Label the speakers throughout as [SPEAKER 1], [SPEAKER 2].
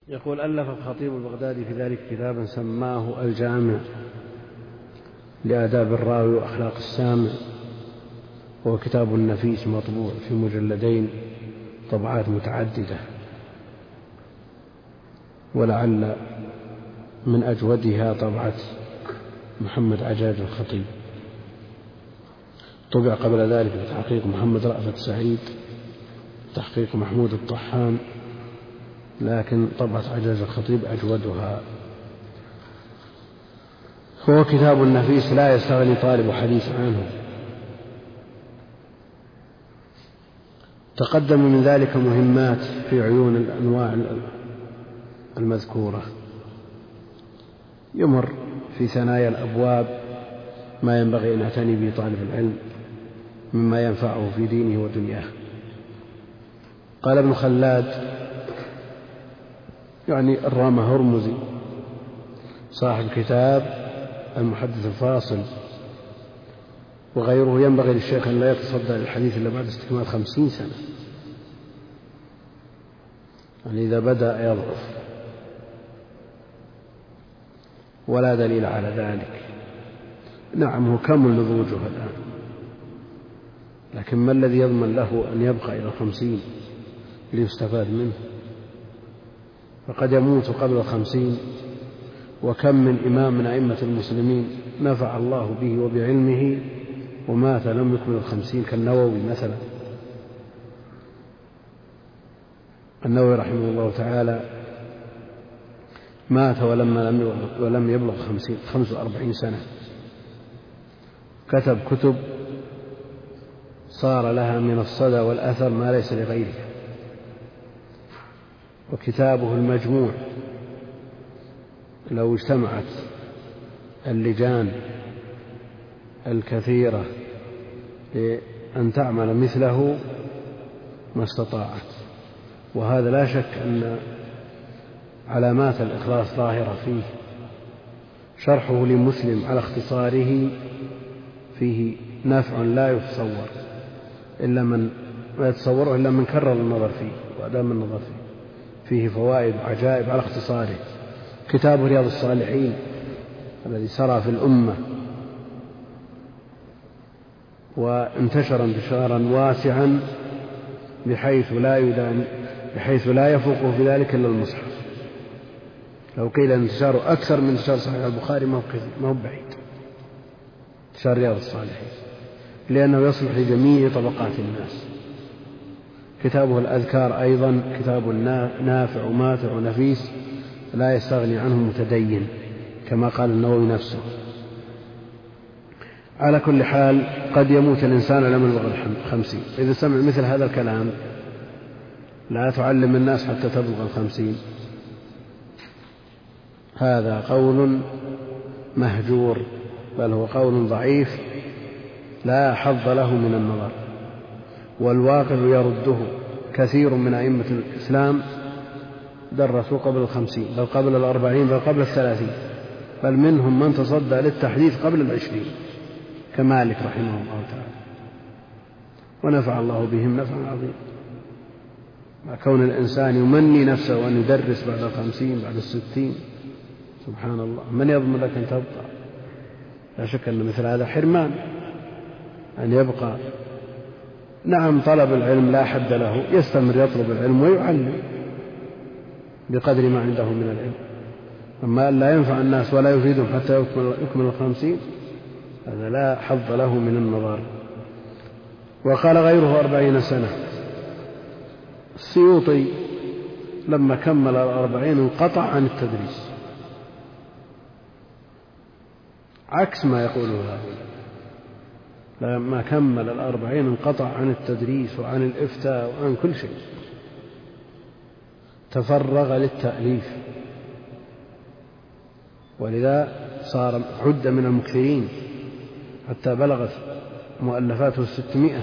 [SPEAKER 1] يقول: ألف الخطيب البغدادي في ذلك كتابا سماه الجامع لآداب الراوي وأخلاق السامع، وهو كتاب نفيس مطبوع في مجلدين طبعات متعددة، ولعل من أجودها طبعة محمد عجاج الخطيب، طبع قبل ذلك بتحقيق محمد رأفت سعيد، تحقيق محمود الطحان، لكن طبعة عجاج الخطيب أجودها. هو كتاب نفيس لا يستغني طالب حديث عنه. تقدم من ذلك مهمات في عيون الأنواع المذكورة، يمر في ثنايا الأبواب ما ينبغي أن يعتني به طالب العلم مما ينفعه في دينه ودنياه. قال ابن خلاد يعني الرامة هرمزي صاحب كتاب المحدث الفاصل وغيره: ينبغي للشيخ أن لا يتصدى للحديث إلا بعد استكمال 50 سنة، يعني إذا بدأ يضعف، ولا دليل على ذلك. نعم هو كمل نضوجه الآن، لكن ما الذي يضمن له أن يبقى إلى 50 ليستفاد منه؟ فقد يموت قبل 50، وكم من إمام من أئمة المسلمين نفع الله به وبعلمه ومات لم يكمل 50، كالنووي مثلا. النووي رحمه الله تعالى مات ولم يبلغ 45 سنة، كتب كتب صار لها من الصدى والأثر ما ليس لغيرها، وكتابه المجموع لو اجتمعت اللجان الكثيرة لأن تعمل مثله ما استطاعت. وهذا لا شك أن علامات الإخلاص ظاهرة فيه. شرحه لمسلم على اختصاره فيه نفع لا يتصور إلا من كرر النظر فيه وأدام النظر فيه فوائد عجائب على اختصاره. كتاب رياض الصالحين الذي سرى في الأمة وانتشر انتشارا واسعا بحيث لا يفوقه في ذلك إلا المصحف. لو قيل انتشاره أكثر من انتشار صحيح البخاري ما هو بعيد انتشار رياض الصالحين، لأنه يصلح لجميع طبقات الناس. كتابه الأذكار أيضا كتاب نافع وماتع ونفيس لا يستغني عنه متدين كما قال النووي نفسه. على كل حال قد يموت الإنسان لم يبلغ 50. إذا سمع مثل هذا الكلام: لا تعلم الناس حتى تبلغ 50، هذا قول مهجور، بل هو قول ضعيف لا حظ له من النظر. والواقع يرده. كثير من أئمة الإسلام درسوا قبل 50، بل قبل 40، بل قبل 30، بل منهم من تصدى للتحديث قبل 20 كمالك رحمه الله تعالى، ونفع الله بهم نفعا عظيما. مع كون الإنسان يمني نفسه أن يدرس بعد 50 بعد 60، سبحان الله، من يضمن لك أن تبقى؟ لا شك أن مثل هذا حرمان أن يبقى. نعم طلب العلم لا حد له، يستمر يطلب العلم ويعلم بقدر ما عنده من العلم، أما أن لا ينفع الناس ولا يفيدهم حتى يكمل 50، هذا لا حظ له من النظر. وقال غيره 40 سنة. السيوطي لما كمل 40 انقطع عن التدريس، عكس ما يقوله هؤلاء. لما كمل 40 انقطع عن التدريس وعن الإفتاء وعن كل شيء، تفرغ للتأليف، ولذا صار عد من المكثرين حتى بلغت مؤلفاته 600،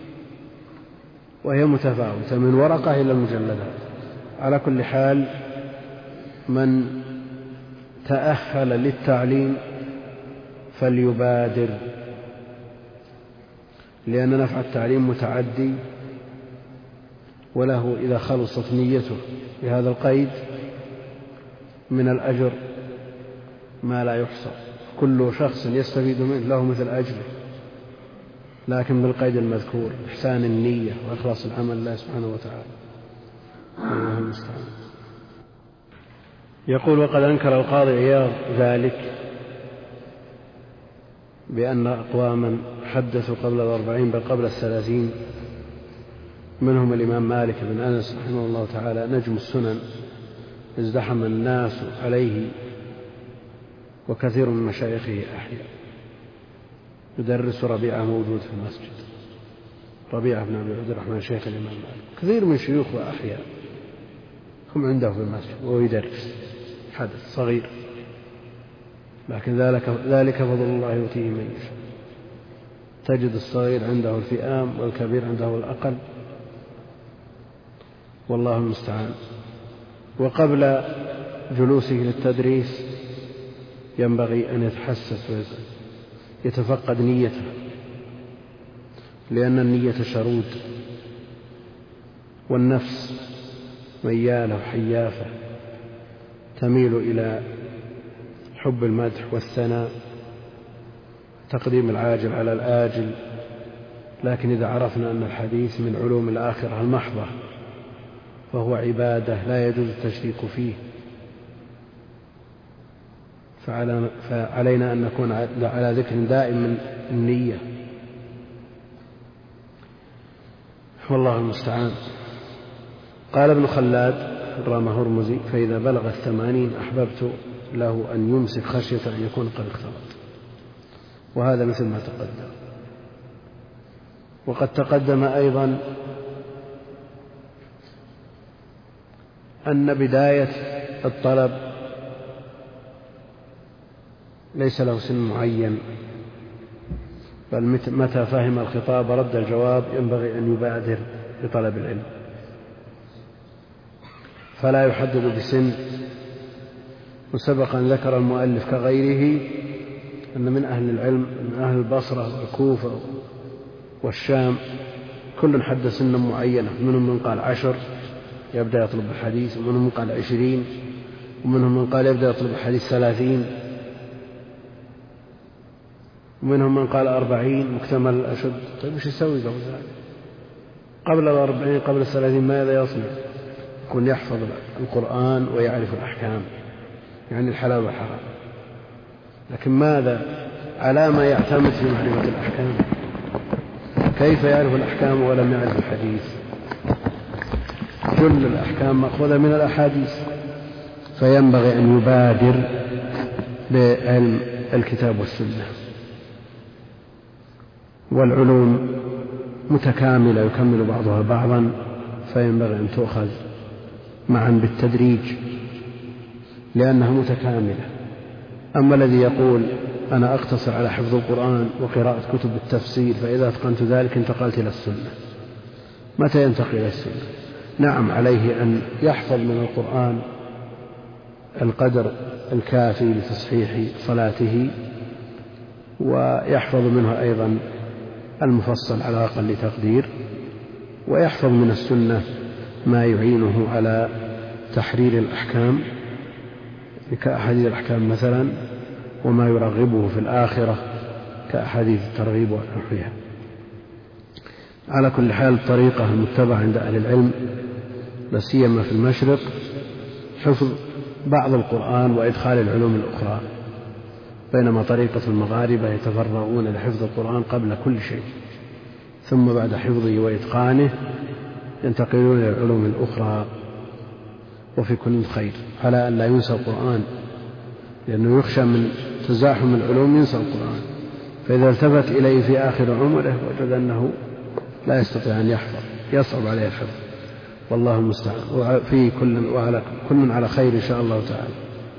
[SPEAKER 1] وهي متفاوتة من ورقة إلى المجلدات. على كل حال من تأهل للتعليم فليبادر، لأن نفع التعليم متعدي، وله إذا خلصت نيته بهذا القيد من الأجر ما لا يحصى، كل شخص يستفيد منه له مثل أجره، لكن بالقيد المذكور: إحسان النية وإخلاص العمل لله سبحانه وتعالى. الله المستعان. يقول: وقد أنكر القاضي عياض ذلك بأن أقواما حدثوا قبل 40 بل قبل 30، منهم الإمام مالك بن أنس رحمه الله تعالى نجم السنن، ازدحم الناس عليه وكثير من مشايخه أحياء. يدرس ربيعة موجود في المسجد، ربيعة بن أبي عبد الرحمن شيخ الإمام مالك، كثير من شيوخه أحياء هم عنده في المسجد وهو يدرس، حدث صغير، لكن ذلك فضل الله يؤتيه من يشاء. تجد الصغير عنده الفئام والكبير عنده الأقل، والله المستعان. وقبل جلوسه للتدريس ينبغي أن يتحسس ويتفقد نيته، لأن النية شرود، والنفس ميالة وحيافة تميل إلى حب المدح والثناء، تقديم العاجل على الآجل. لكن إذا عرفنا أن الحديث من علوم الآخرة المحضة فهو عبادة لا يجوز التشريك فيه، فعلينا أن نكون على ذكر دائم من النية، والله المستعان. قال ابن خلاد الرامة هرمزي: فإذا بلغ 80 أحببت له أن يمسك خشية أن يكون قد اختلط. وهذا مثل ما تقدم. وقد تقدم أيضا أن بداية الطلب ليس له سن معين، بل متى فهم الخطاب رد الجواب ينبغي أن يبادر بطلب العلم، فلا يحدد بسن. وسبق أن ذكر المؤلف كغيره أن من أهل العلم من أهل البصرة والكوفة والشام كل حد سنا معينة، منهم من قال 10 يبدأ يطلب الحديث، ومنهم من قال 20، ومنهم من قال يبدأ يطلب الحديث 30، ومنهم من قال 40 مكتمل الأشد. طيب وش يسوي قبل ذلك؟ قبل 40 قبل 30 ماذا يصنع؟ يكون يحفظ القرآن ويعرف الأحكام، يعني الحلال والحرام، لكن ماذا على ما يعتمد في معرفة الأحكام؟ كيف يعرف الأحكام ولم يعرف الحديث؟ كل الأحكام مأخوذة من الأحاديث، فينبغي أن يبادر بعلم الكتاب والسنة. والعلوم متكاملة يكمل بعضها بعضا، فينبغي أن تؤخذ معا بالتدريج لأنها متكاملة. أما الذي يقول أنا أقتصر على حفظ القرآن وقراءة كتب التفسير فإذا أتقنت ذلك انتقلت إلى السنة، متى ينتقل إلى السنة؟ نعم، عليه أن يحفظ من القرآن القدر الكافي لتصحيح صلاته، ويحفظ منه أيضا المفصل على أقل تقدير، ويحفظ من السنة ما يعينه على تحرير الأحكام كأحاديث الأحكام مثلا، وما يرغبه في الآخرة كأحاديث الترغيب ونحوها. على كل حال الطريقة المتبعة عند أهل العلم لا سيما في المشرق حفظ بعض القرآن وإدخال العلوم الأخرى، بينما طريقة المغاربة يتفرغون لحفظ القرآن قبل كل شيء، ثم بعد حفظه وإتقانه ينتقلون إلى العلوم الأخرى، وفي كل خير، على أن لا ينسى القرآن، لأنه يخشى من تزاحم العلوم ينسى القرآن، فإذا التفت إليه في آخر عمره وجد أنه لا يستطيع أن يحفظ، يصعب عليه الحفظ، والله المستعان. وفي كل على خير إن شاء الله تعالى.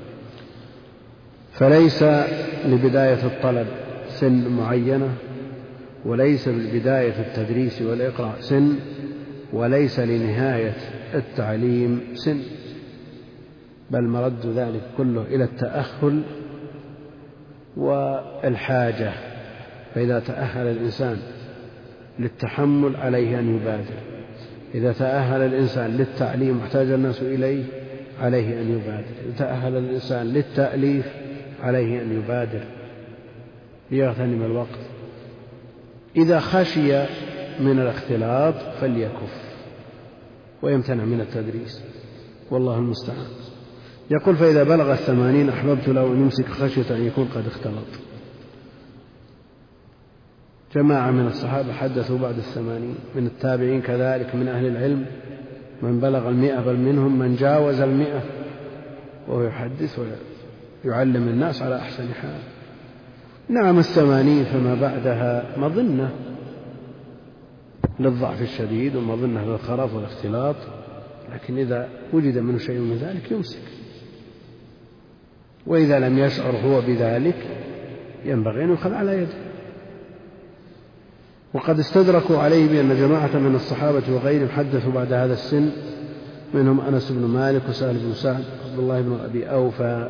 [SPEAKER 1] فليس لبداية الطلب سن معينة، وليس لبداية التدريس والإقراء سن، وليس لنهاية التعليم سن، بل مرد ذلك كله إلى التأهل والحاجة. فإذا تأهل الإنسان للتحمل عليه أن يبادر، إذا تأهل الإنسان للتعليم واحتاج الناس إليه عليه أن يبادر. يتأهل الإنسان للتأليف عليه أن يبادر ليغتنم الوقت. إذا خشي من الاختلاط فليكف ويمتنع من التدريس، والله المستعان. يقول: فإذا بلغ 80 أحببت له أن يمسك خشية أن يكون قد اختلط. جماعة من الصحابة حدثوا بعد 80، من التابعين كذلك، من أهل العلم من بلغ 100، بل منهم من جاوز 100 وهو يحدث ويعلم الناس على أحسن حال. نعم 80 فما بعدها مظنة للضعف الشديد ومظنة للخرف والاختلاط، لكن إذا وجد منه شيء من ذلك يمسك، وإذا لم يشعر هو بذلك ينبغي أن يؤخذ على يده. وقد استدركوا عليه بأن جماعة من الصحابة وغيرهم حدثوا بعد هذا السن، منهم أنس بن مالك وسهل بن سعد عبد الله بن أبي أوفى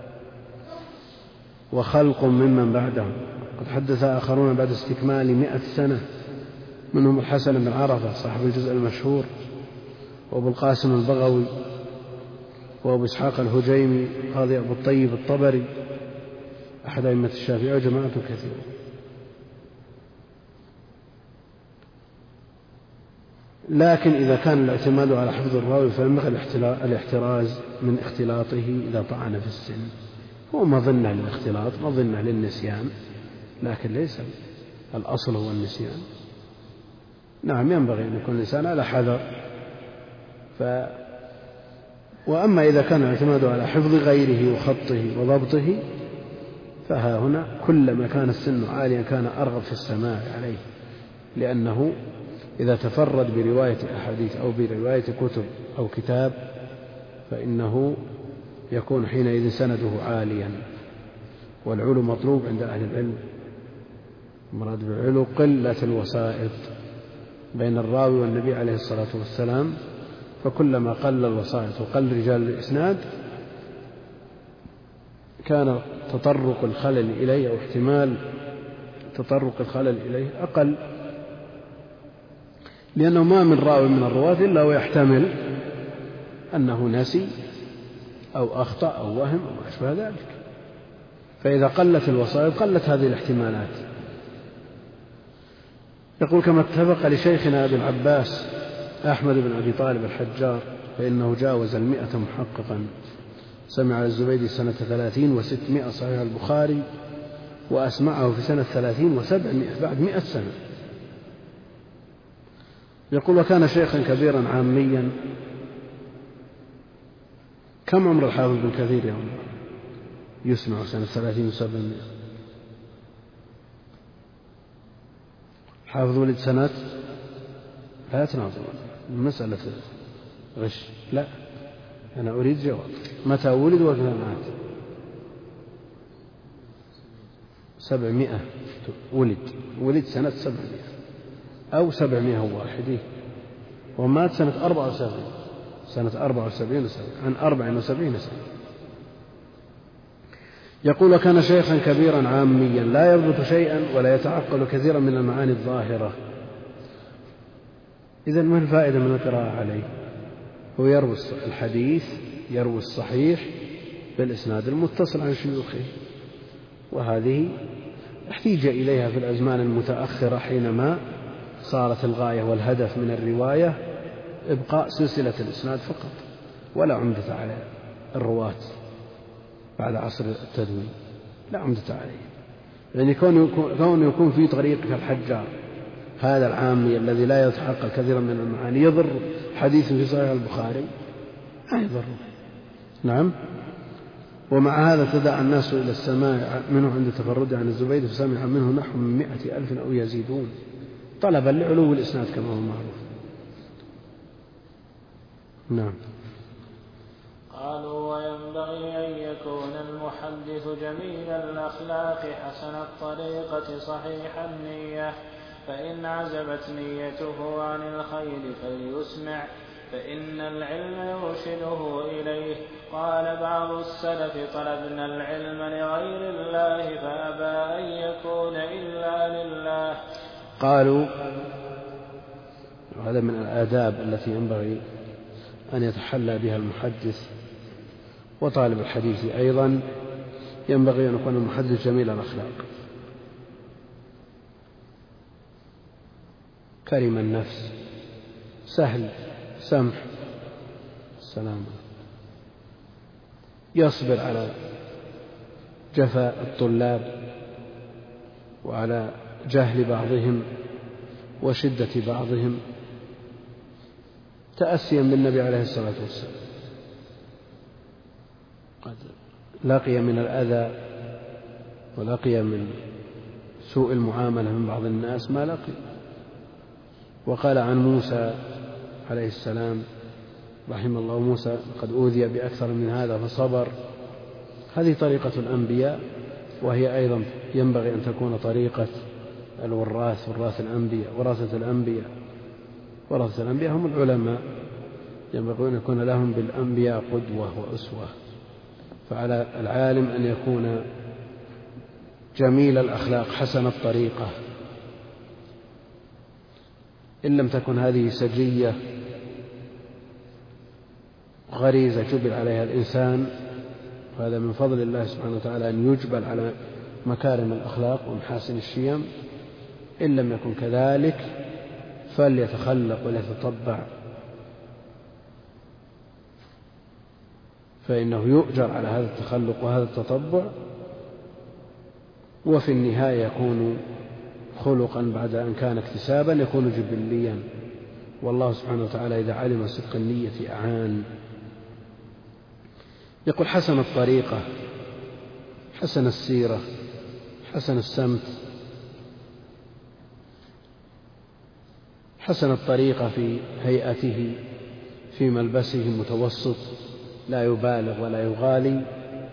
[SPEAKER 1] وخلق ممن بعدهم. قد حدث آخرون بعد استكمال 100 سنة، منهم الحسن بن عرفة صاحب الجزء المشهور، وأبو القاسم البغوي، وأبو إسحاق الهجيمي، قاضي أبو الطيب الطبري أحد أئمة الشافعية، وجماعة كثيرة. لكن إذا كان الاعتماد على حفظ الراوي فينبغي الاحتراز من اختلاطه إذا طعن في السن. هو مظنة للاختلاط، مظنة للنسيان، لكن ليس الأصل هو النسيان. نعم ينبغي أن يكون الإنسان على حذر. وأما إذا كان الاعتماد على حفظ غيره وخطه وضبطه فها هنا كلما كان السن عاليا كان أرغب في السماع عليه، لأنه إذا تفرد برواية أحاديث أو برواية كتب أو كتاب فإنه يكون حينئذ سنده عاليا، والعلو مطلوب عند أهل العلم. المراد بالعلو قلة الوسائط بين الراوي والنبي عليه الصلاة والسلام، فكلما قل الوسائط وقل رجال الإسناد كان تطرق الخلل إليه أو احتمال تطرق الخلل إليه أقل، لأنه ما من راوي من الرواة إلا ويحتمل أنه نسي أو أخطأ أو وهم أو ما أشبه ذلك. فإذا قلت الوسائط قلت هذه الاحتمالات. يقول: كما اتفق لشيخنا أبي العباس أحمد بن أبي طالب الحجار فإنه جاوز 100 محققا، سمع الزبيدي سنة 30 و600 صحيح البخاري، وأسمعه في سنة 30 و700 بعد 100 سنة. يقول: وكان شيخا كبيرا عاميا. كم عمر الحافظ بن كثير يوم يسمع؟ سنة 30 و700. حافظ ولد سنة، لا تناظر مسألة غش، لا أنا أريد جواب. متى ولد ومتى مات؟ 700 ولد سنة 700 أو 701 ومات سنة 74 سنة عن 74 سنة. يقول: وكان شيخا كبيرا عاميا لا يضبط شيئا ولا يتعقل كثيرا من المعاني الظاهرة. إذن ما الفائدة من القراءة عليه؟ هو يروي الحديث، يروي الصحيح بالإسناد المتصل عن شيوخه، وهذه احتيج إليها في الأزمان المتأخرة حينما صارت الغاية والهدف من الرواية إبقاء سلسلة الإسناد فقط ولا عمدة على الرواة. بعد عصر التدوين لا عمدة عليه، يعني كون يكون في طريق كالحجار هذا العامي الذي لا يتحقق كثيرا من المعاني يضر حديث في صحيح البخاري؟ لا يضر. نعم. ومع هذا تدعى الناس إلى السماع منه عند تفرده عن الزبيدي، فسمع منه نحو من 100,000 أو يزيدون، طلبا لعلو الإسناد كما هو معروف. نعم.
[SPEAKER 2] قالوا: وينبغي أن يكون المحدث جميل الأخلاق حسن الطريقة صحيح النية، فإن عزبت نيته عن الخير فليسمع، فإن العلم يرشده إليه. قال بعض السلف: طلبنا العلم لغير الله فأبى أن يكون إلا لله.
[SPEAKER 1] قالوا: هذا من الآداب التي ينبغي أن يتحلى بها المحدث وطالب الحديث أيضا ينبغي أن يكون المحدث جميل الأخلاق كريم النفس سهل سمح السلام، يصبر على جفاء الطلاب وعلى جهل بعضهم وشدة بعضهم تأسيا بالنبي عليه الصلاة والسلام. قد لقي من الأذى ولقي من سوء المعاملة من بعض الناس ما لقي. وقال عن موسى عليه السلام رحم الله موسى قد أوذي بأكثر من هذا فصبر. هذه طريقة الأنبياء، وهي أيضا ينبغي أن تكون طريقة ورثة الأنبياء. ورثة الأنبياء هم العلماء، ينبغي أن يكون لهم بالأنبياء قدوة وأسوة. فعلى العالم أن يكون جميل الأخلاق حسن الطريقة. إن لم تكن هذه سجية غريزة جبل عليها الإنسان، وهذا من فضل الله سبحانه وتعالى أن يجبل على مكارم الأخلاق ومحاسن الشيم. إن لم يكن كذلك فليتخلق وليتطبع، فإنه يؤجر على هذا التخلق وهذا التطبع، وفي النهاية يكون خلقا بعد أن كان اكتسابا يكون جبليا. والله سبحانه وتعالى إذا علم صدق النية أعان. يقول حسن الطريقة، حسن السيرة، حسن السمت، حسن الطريقة في هيئته، في ملبسه متوسط لا يبالغ ولا يغالي،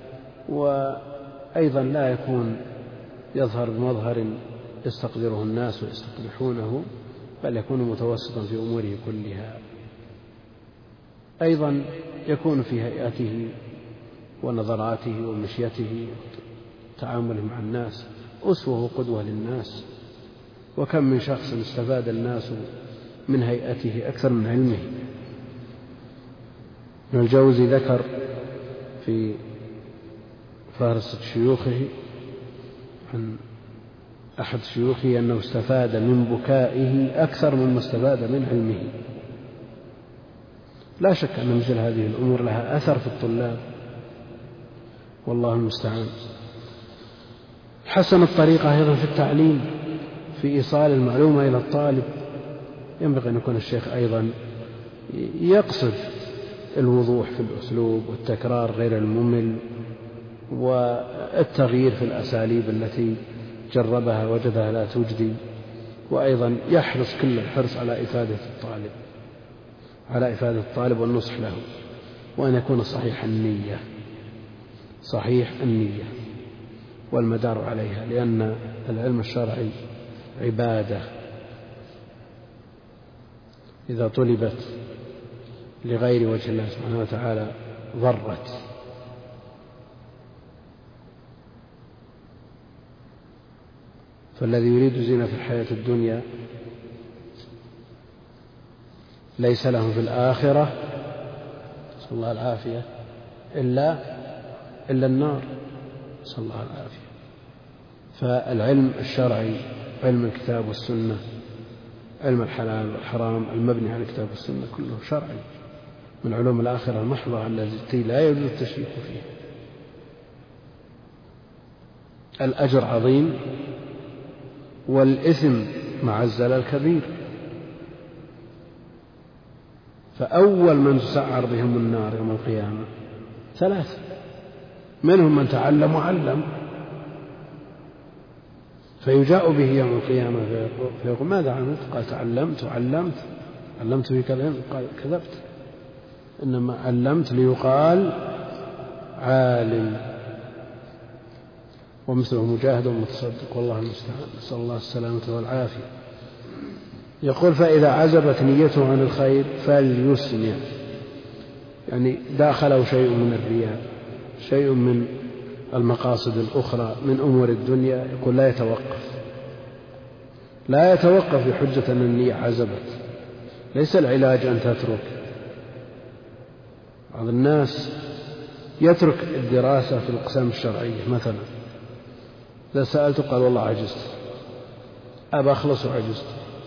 [SPEAKER 1] وأيضا لا يكون يظهر بمظهر يستقدره الناس ويستقبحونه، بل يكون متوسطا في أموره كلها. أيضا يكون في هيئته ونظراته ومشيته وتعامله مع الناس أسوة وقدوة للناس. وكم من شخص استفاد الناس من هيئته أكثر من علمه. ابن الجوزي ذكر في فهرسة شيوخه عن أحد شيوخه أنه استفاد من بكائه أكثر مما استفاد من علمه. لا شك أن مثل هذه الأمور لها أثر في الطلاب، والله المستعان. حسن الطريقة أيضا في التعليم، في إيصال المعلومة إلى الطالب. ينبغي أن يكون الشيخ أيضا يقصد الوضوح في الأسلوب والتكرار غير الممل والتغيير في الأساليب التي جربها وجدها لا تجدي. وأيضا يحرص كل الحرص على إفادة الطالب والنصح له، وأن يكون صحيح النية والمدار عليها، لأن العلم الشرعي عبادة إذا طلبت لغير وجه الله سبحانه وتعالى ضرت. فالذي يريد زينة في الحياة الدنيا ليس له في الآخرة نسأل الله العافية إلا النار، نسأل الله العافية. فالعلم الشرعي، علم الكتاب والسنة، علم الحلال والحرام المبني على الكتاب والسنة، كله شرعي من علوم الآخرة المحضة التي لا يجوز التشريك فيها. الأجر عظيم والإثم مع الزلل كبير. فأول من تسعر بهم النار يوم القيامة 3، منهم من تعلم وعلم، فيجاء به يوم القيامة فيقول ماذا عملت؟ قال تعلمت وعلمت. علمت في كذا؟ قال كذبت، إنما علمت ليقال عالم. ومثله مجاهد ومتصدق، والله المستعان، نسأل الله السلامة والعافية. يقول فإذا عزبت نيته عن الخير فليسمع، يعني داخله شيء من الرياء، شيء من المقاصد الأخرى من أمور الدنيا، يقول لا يتوقف بحجة أن النية عزبت. ليس العلاج أن تترك. بعض الناس يترك الدراسة في الأقسام الشرعية مثلا، إذا سألته قال والله عجزت، أبى أخلص وعجزت،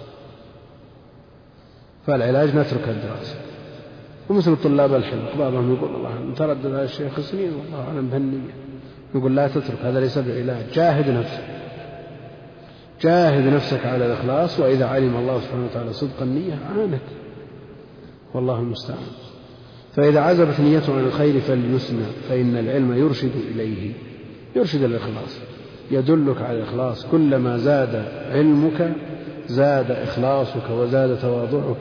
[SPEAKER 1] فالعلاج نترك الدراسة. ومثل طلاب الحلم بعضهم يقول الله نتردد على الشيخ سنين والله أعلم بهالنية، نقول لا تترك، هذا ليس بعلاج. جاهد نفسك على الإخلاص، وإذا علم الله سبحانه وتعالى صدق النية عانك، والله المستعان. فإذا عزبت نيته عن الخير فليسمع، فإن العلم يرشد إليه، يرشد الإخلاص، يدلك على الإخلاص. كلما زاد علمك زاد إخلاصك وزاد تواضعك.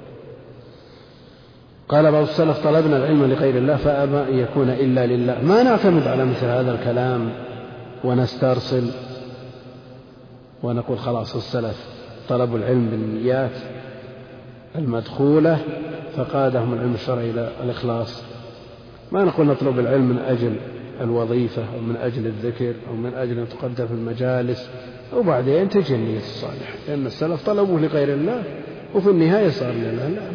[SPEAKER 1] قال بعض السلف طلبنا العلم لغير الله فأبى أن يكون إلا لله. ما نعتمد على مثل هذا الكلام ونسترسل ونقول خلاص السلف طلبوا العلم بالنيات المدخولة فقادهم العلم الشرعي إلى الإخلاص. ما نقول نطلب العلم من أجل الوظيفة أو من أجل الذكر أو من أجل أن تقدم في المجالس وبعدين تجي النية الصالحة، لأن السلف طلبوا لغير الله وفي النهاية صار لله. لا،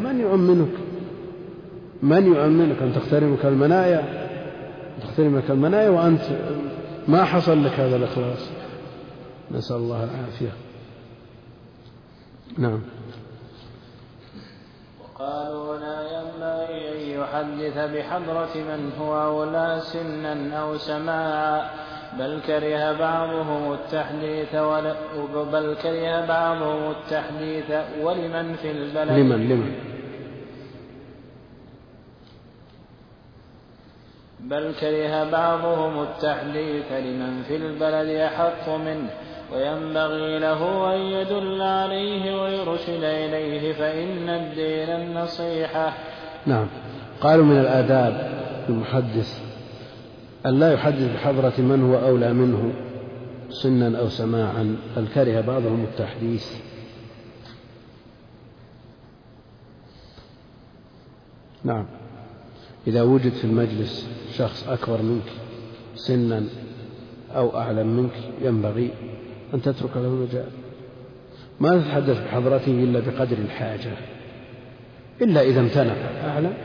[SPEAKER 1] من يؤمنك أن تحترمك المنايا وأنت ما حصل لك هذا الإخلاص. نسأل الله العافية. نعم.
[SPEAKER 2] وقالوا لا ينبغي أن يحدث بحضرة من هو أولى سنا أو سماعا، بل كره بعضهم التحديث ولمن في البلد بل كره بعضهم التحديث لمن في البلد أحق منه، وينبغي له أن يدل عليه ويرشد إليه، فإن الدين النصيحة.
[SPEAKER 1] نعم. قالوا من الآداب المحدث أن لا يحدث بحضرة من هو أولى منه سنا أو سماعا، بل كره بعضهم التحديث. نعم. إذا وجد في المجلس شخص أكبر منك سنا أو أعلم منك ينبغي أن تترك له المجال، ما تتحدث بحضرته إلا بقدر الحاجة، إلا إذا امتنع أعلم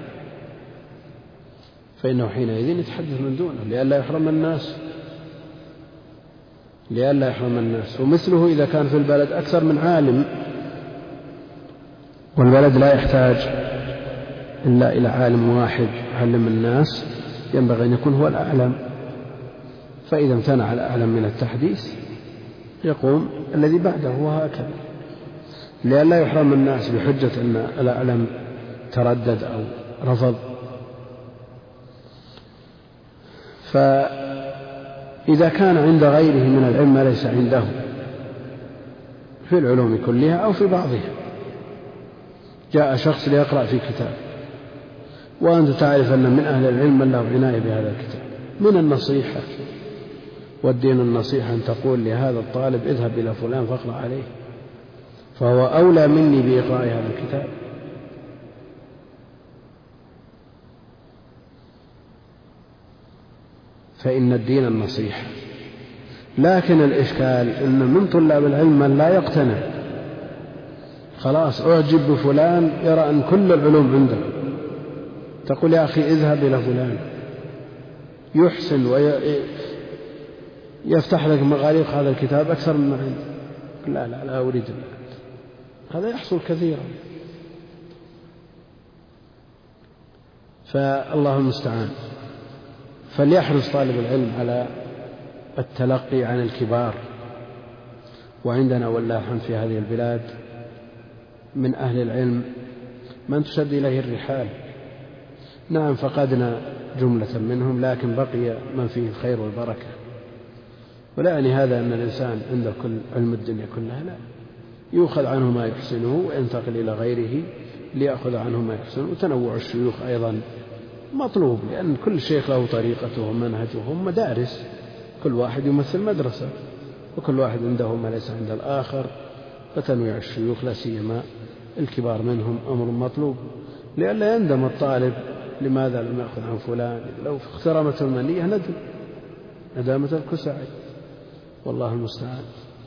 [SPEAKER 1] فإنه حينئذ يتحدث من دونه لئلا يحرم الناس. ومثله إذا كان في البلد أكثر من عالم والبلد لا يحتاج إلا إلى عالم واحد يعلم الناس، ينبغي أن يكون هو الأعلم، فإذا امتنع الأعلم من التحديث يقوم الذي بعده وهكذا، لئلا يحرم الناس بحجة أن الأعلم تردد أو رفض. فإذا كان عند غيره من العلم ما ليس عنده في العلوم كلها أو في بعضها، جاء شخص ليقرأ في كتاب وأنت تعرف أن من أهل العلم من له عناية بهذا الكتاب، من النصيحة والدين النصيحة أن تقول لهذا الطالب اذهب إلى فلان فاقرأ عليه، فهو أولى مني بإقراء هذا الكتاب. فإن الدين النصيحة. لكن الإشكال أن من طلاب العلم من لا يقتنع، خلاص أعجب بفلان يرى أن كل العلوم عنده، تقول يا أخي اذهب إلى فلان يحسن ويفتح لك مغاليق هذا الكتاب أكثر مما عندك. لا أريد هذا يحصل كثيرا. فالله المستعان. فليحرص طالب العلم على التلقي عن الكبار. وعندنا والله الحمد في هذه البلاد من أهل العلم من تشد إليه الرحال. نعم فقدنا جملة منهم، لكن بقي من فيه الخير والبركة. ولا يعني هذا أن الإنسان عنده كل علم الدنيا كلها، لا، يؤخذ عنه ما يحسنه وينتقل إلى غيره ليأخذ عنه ما يحسنه. وتنوع الشيوخ أيضا مطلوب، لأن كل شيخ له طريقته ومنهجه ومدارس، كل واحد يمثل مدرسة وكل واحد عنده ما ليس عند الآخر. فتنويع الشيوخ لا سيما الكبار منهم أمر مطلوب، لئلا يندم الطالب لماذا لم يأخذ عن فلان، لو اخترمت المنية ندامة الكسعي، والله المستعان.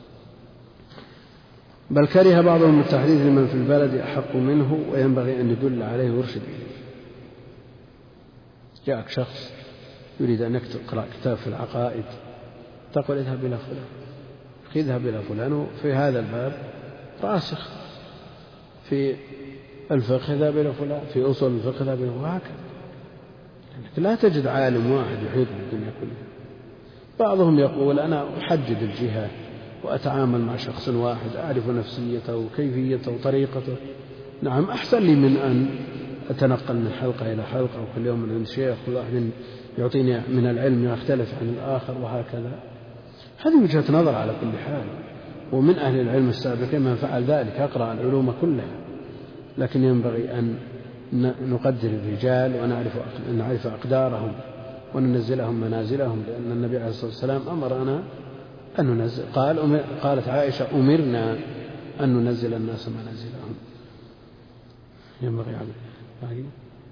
[SPEAKER 1] بل كره بعضهم التحديث لمن في البلد أحق منه، وينبغي أن يدل عليه ويرشد إليه. جاءك شخص يريد أن يقرأ كتاب في العقائد تقول اذهب إلى فلان، اذهب إلى فلان، وفي هذا الباب راسخ، في الفقه اذهب إلى فلان، في أصول الفقه اذهب إلى فلان، وهكذا. لا تجد عالم واحد يحيط بالدنيا كلها. بعضهم يقول أنا أحدد الجهة وأتعامل مع شخص واحد، أعرف نفسيته وكيفيته وطريقته. نعم، أحسن لي من أن أتنقل من حلقة إلى حلقة وكل يوم من شيخ، كل واحد يعطيني من العلم يختلف عن الآخر وهكذا. هذه وجهة نظر على كل حال، ومن أهل العلم السابقين من فعل ذلك، أقرأ العلوم كلها. لكن ينبغي أن نقدر الرجال ونعرف أقدارهم وننزلهم منازلهم، لأن النبي عليه الصلاة والسلام أمرنا أن ننزل. قالت عائشة أمرنا أن ننزل الناس منازلهم. ينبغي عليه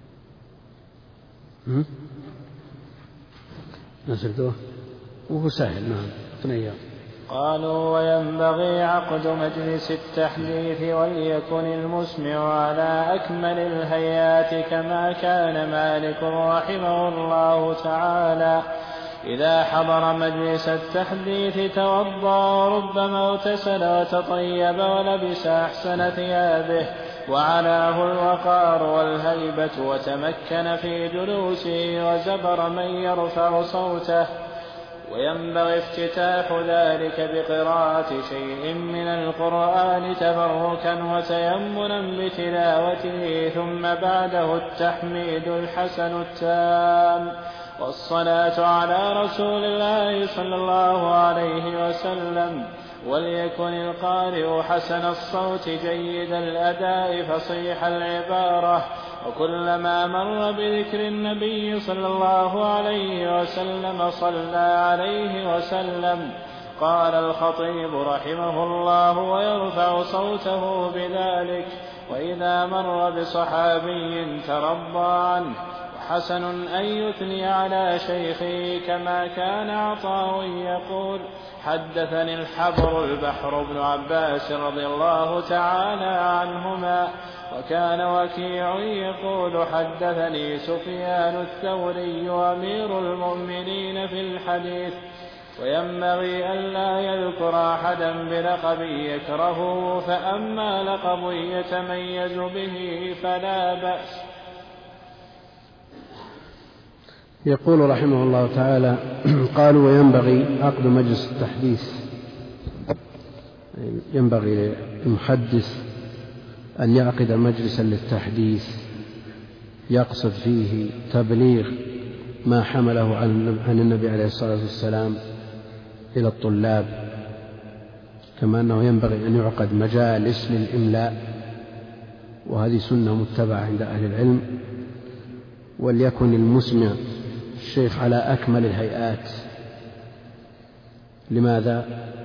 [SPEAKER 1] نزلته وهو سهل. نعم تنيا.
[SPEAKER 2] قالوا وينبغي عقد مجلس التحديث وليكن المسمع على أكمل الهيئات كما كان مالك رحمه الله تعالى إذا حضر مجلس التحديث توضأ وربما اغتسل وتطيب ولبس أحسن ثيابه وعلاه الوقار والهيبة وتمكن في جلوسه وزبر من يرفع صوته. وينبغي افتتاح ذلك بقراءة شيء من القرآن تبركا وتيمنا بتلاوته، ثم بعده التحميد الحسن التام والصلاة على رسول الله صلى الله عليه وسلم. وليكن القارئ حسن الصوت جيد الأداء فصيح العبارة، وكلما مر بذكر النبي صلى الله عليه وسلم صلى عليه وسلم. قال الخطيب رحمه الله ويرفع صوته بذلك. وإذا مر بصحابي ترضى عنه. وحسن أن يثني على شيخه كما كان عطاء يقول حدثني الحبر البحر بن عباس رضي الله تعالى عنهما. وكان وكيع يقول حدثني سفيان الثوري أمير المؤمنين في الحديث. وينبغي ألا يذكر أحدا بلقب يكرهه، فأما لقب يتميز به فلا بأس.
[SPEAKER 1] يقول رحمه الله تعالى قالوا وينبغي عقد مجلس التحديث، ينبغي للمحدث أن يعقد مجلسا للتحديث يقصد فيه تبليغ ما حمله عن النبي عليه الصلاة والسلام إلى الطلاب، كما أنه ينبغي أن يعقد مجالس للإملاء، وهذه سنة متبعة عند أهل العلم. وليكن المسمع الشيخ على أكمل الهيئات. لماذا؟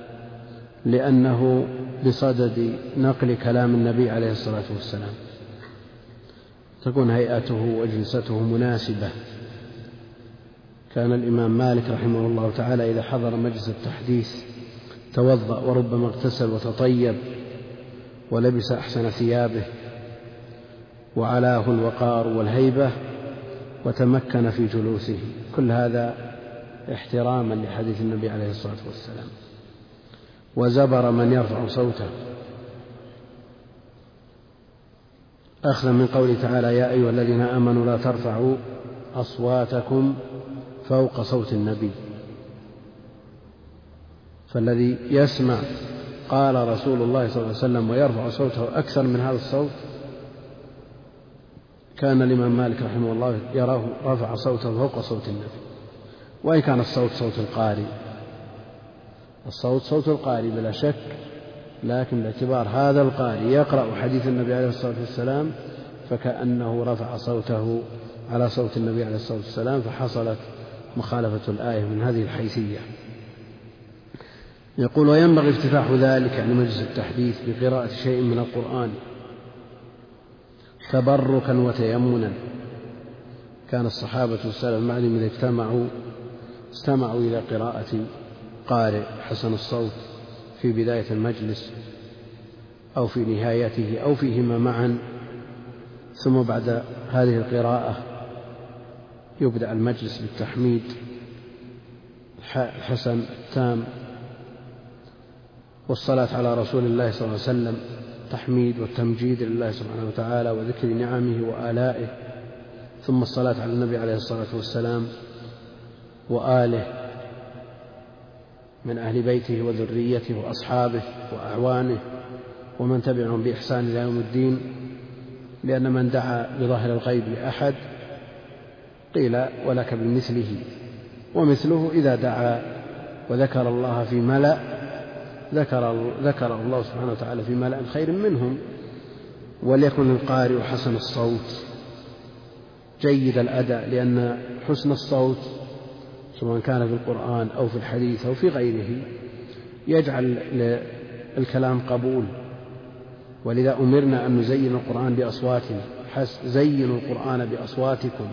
[SPEAKER 1] لأنه بصدد نقل كلام النبي عليه الصلاة والسلام تكون هيئته وجلسته مناسبة. كان الإمام مالك رحمه الله تعالى إذا حضر مجلس التحديث توضأ وربما اغتسل وتطيب ولبس أحسن ثيابه وعلاه الوقار والهيبة وتمكن في جلوسه، كل هذا احتراما لحديث النبي عليه الصلاة والسلام. وزبر من يرفع صوته، أخذا من قوله تعالى يا أيها الذين آمنوا لا ترفعوا أصواتكم فوق صوت النبي. فالذي يسمع قال رسول الله صلى الله عليه وسلم ويرفع صوته أكثر من هذا الصوت، كان الإمام مالك رحمه الله يراه رفع صوته فوق صوت النبي. وإن كان الصوت صوت القارئ، الصوت صوت القارئ بلا شك، لكن باعتبار هذا القارئ يقرأ حديث النبي عليه الصلاة والسلام فكأنه رفع صوته على صوت النبي عليه الصلاة والسلام، فحصلت مخالفة الآية من هذه الحيثية. يقول وينبغي افتتاح ذلك يعني مجلس التحديث بقراءة شيء من القرآن تبركا وتيمنا. كان الصحابة والسلف بعدهم إذا استمعوا إلى قراءة قارئ حسن الصوت في بداية المجلس أو في نهايته أو فيهما معا، ثم بعد هذه القراءة يبدأ المجلس بالتحميد الحسن التام والصلاة على رسول الله صلى الله عليه وسلم، تحميد والتمجيد لله سبحانه وتعالى وذكر نعمه وآلائه، ثم الصلاة على النبي عليه الصلاة والسلام وآله من أهل بيته وذريته وأصحابه وأعوانه ومن تبعهم بإحسان إلى يوم الدين، لأن من دعا بظاهر الغيب لأحد قيل ولك بمثله، ومثله إذا دعا وذكر الله في ملأ ذكر الله سبحانه وتعالى في ملأ خير منهم. وليكن القارئ حسن الصوت جيد الأداء، لأن حسن الصوت سواء كان في القرآن أو في الحديث أو في غيره يجعل الكلام قبول، ولذا أمرنا أن نزين القرآن بأصواتنا، زينوا القرآن بأصواتكم.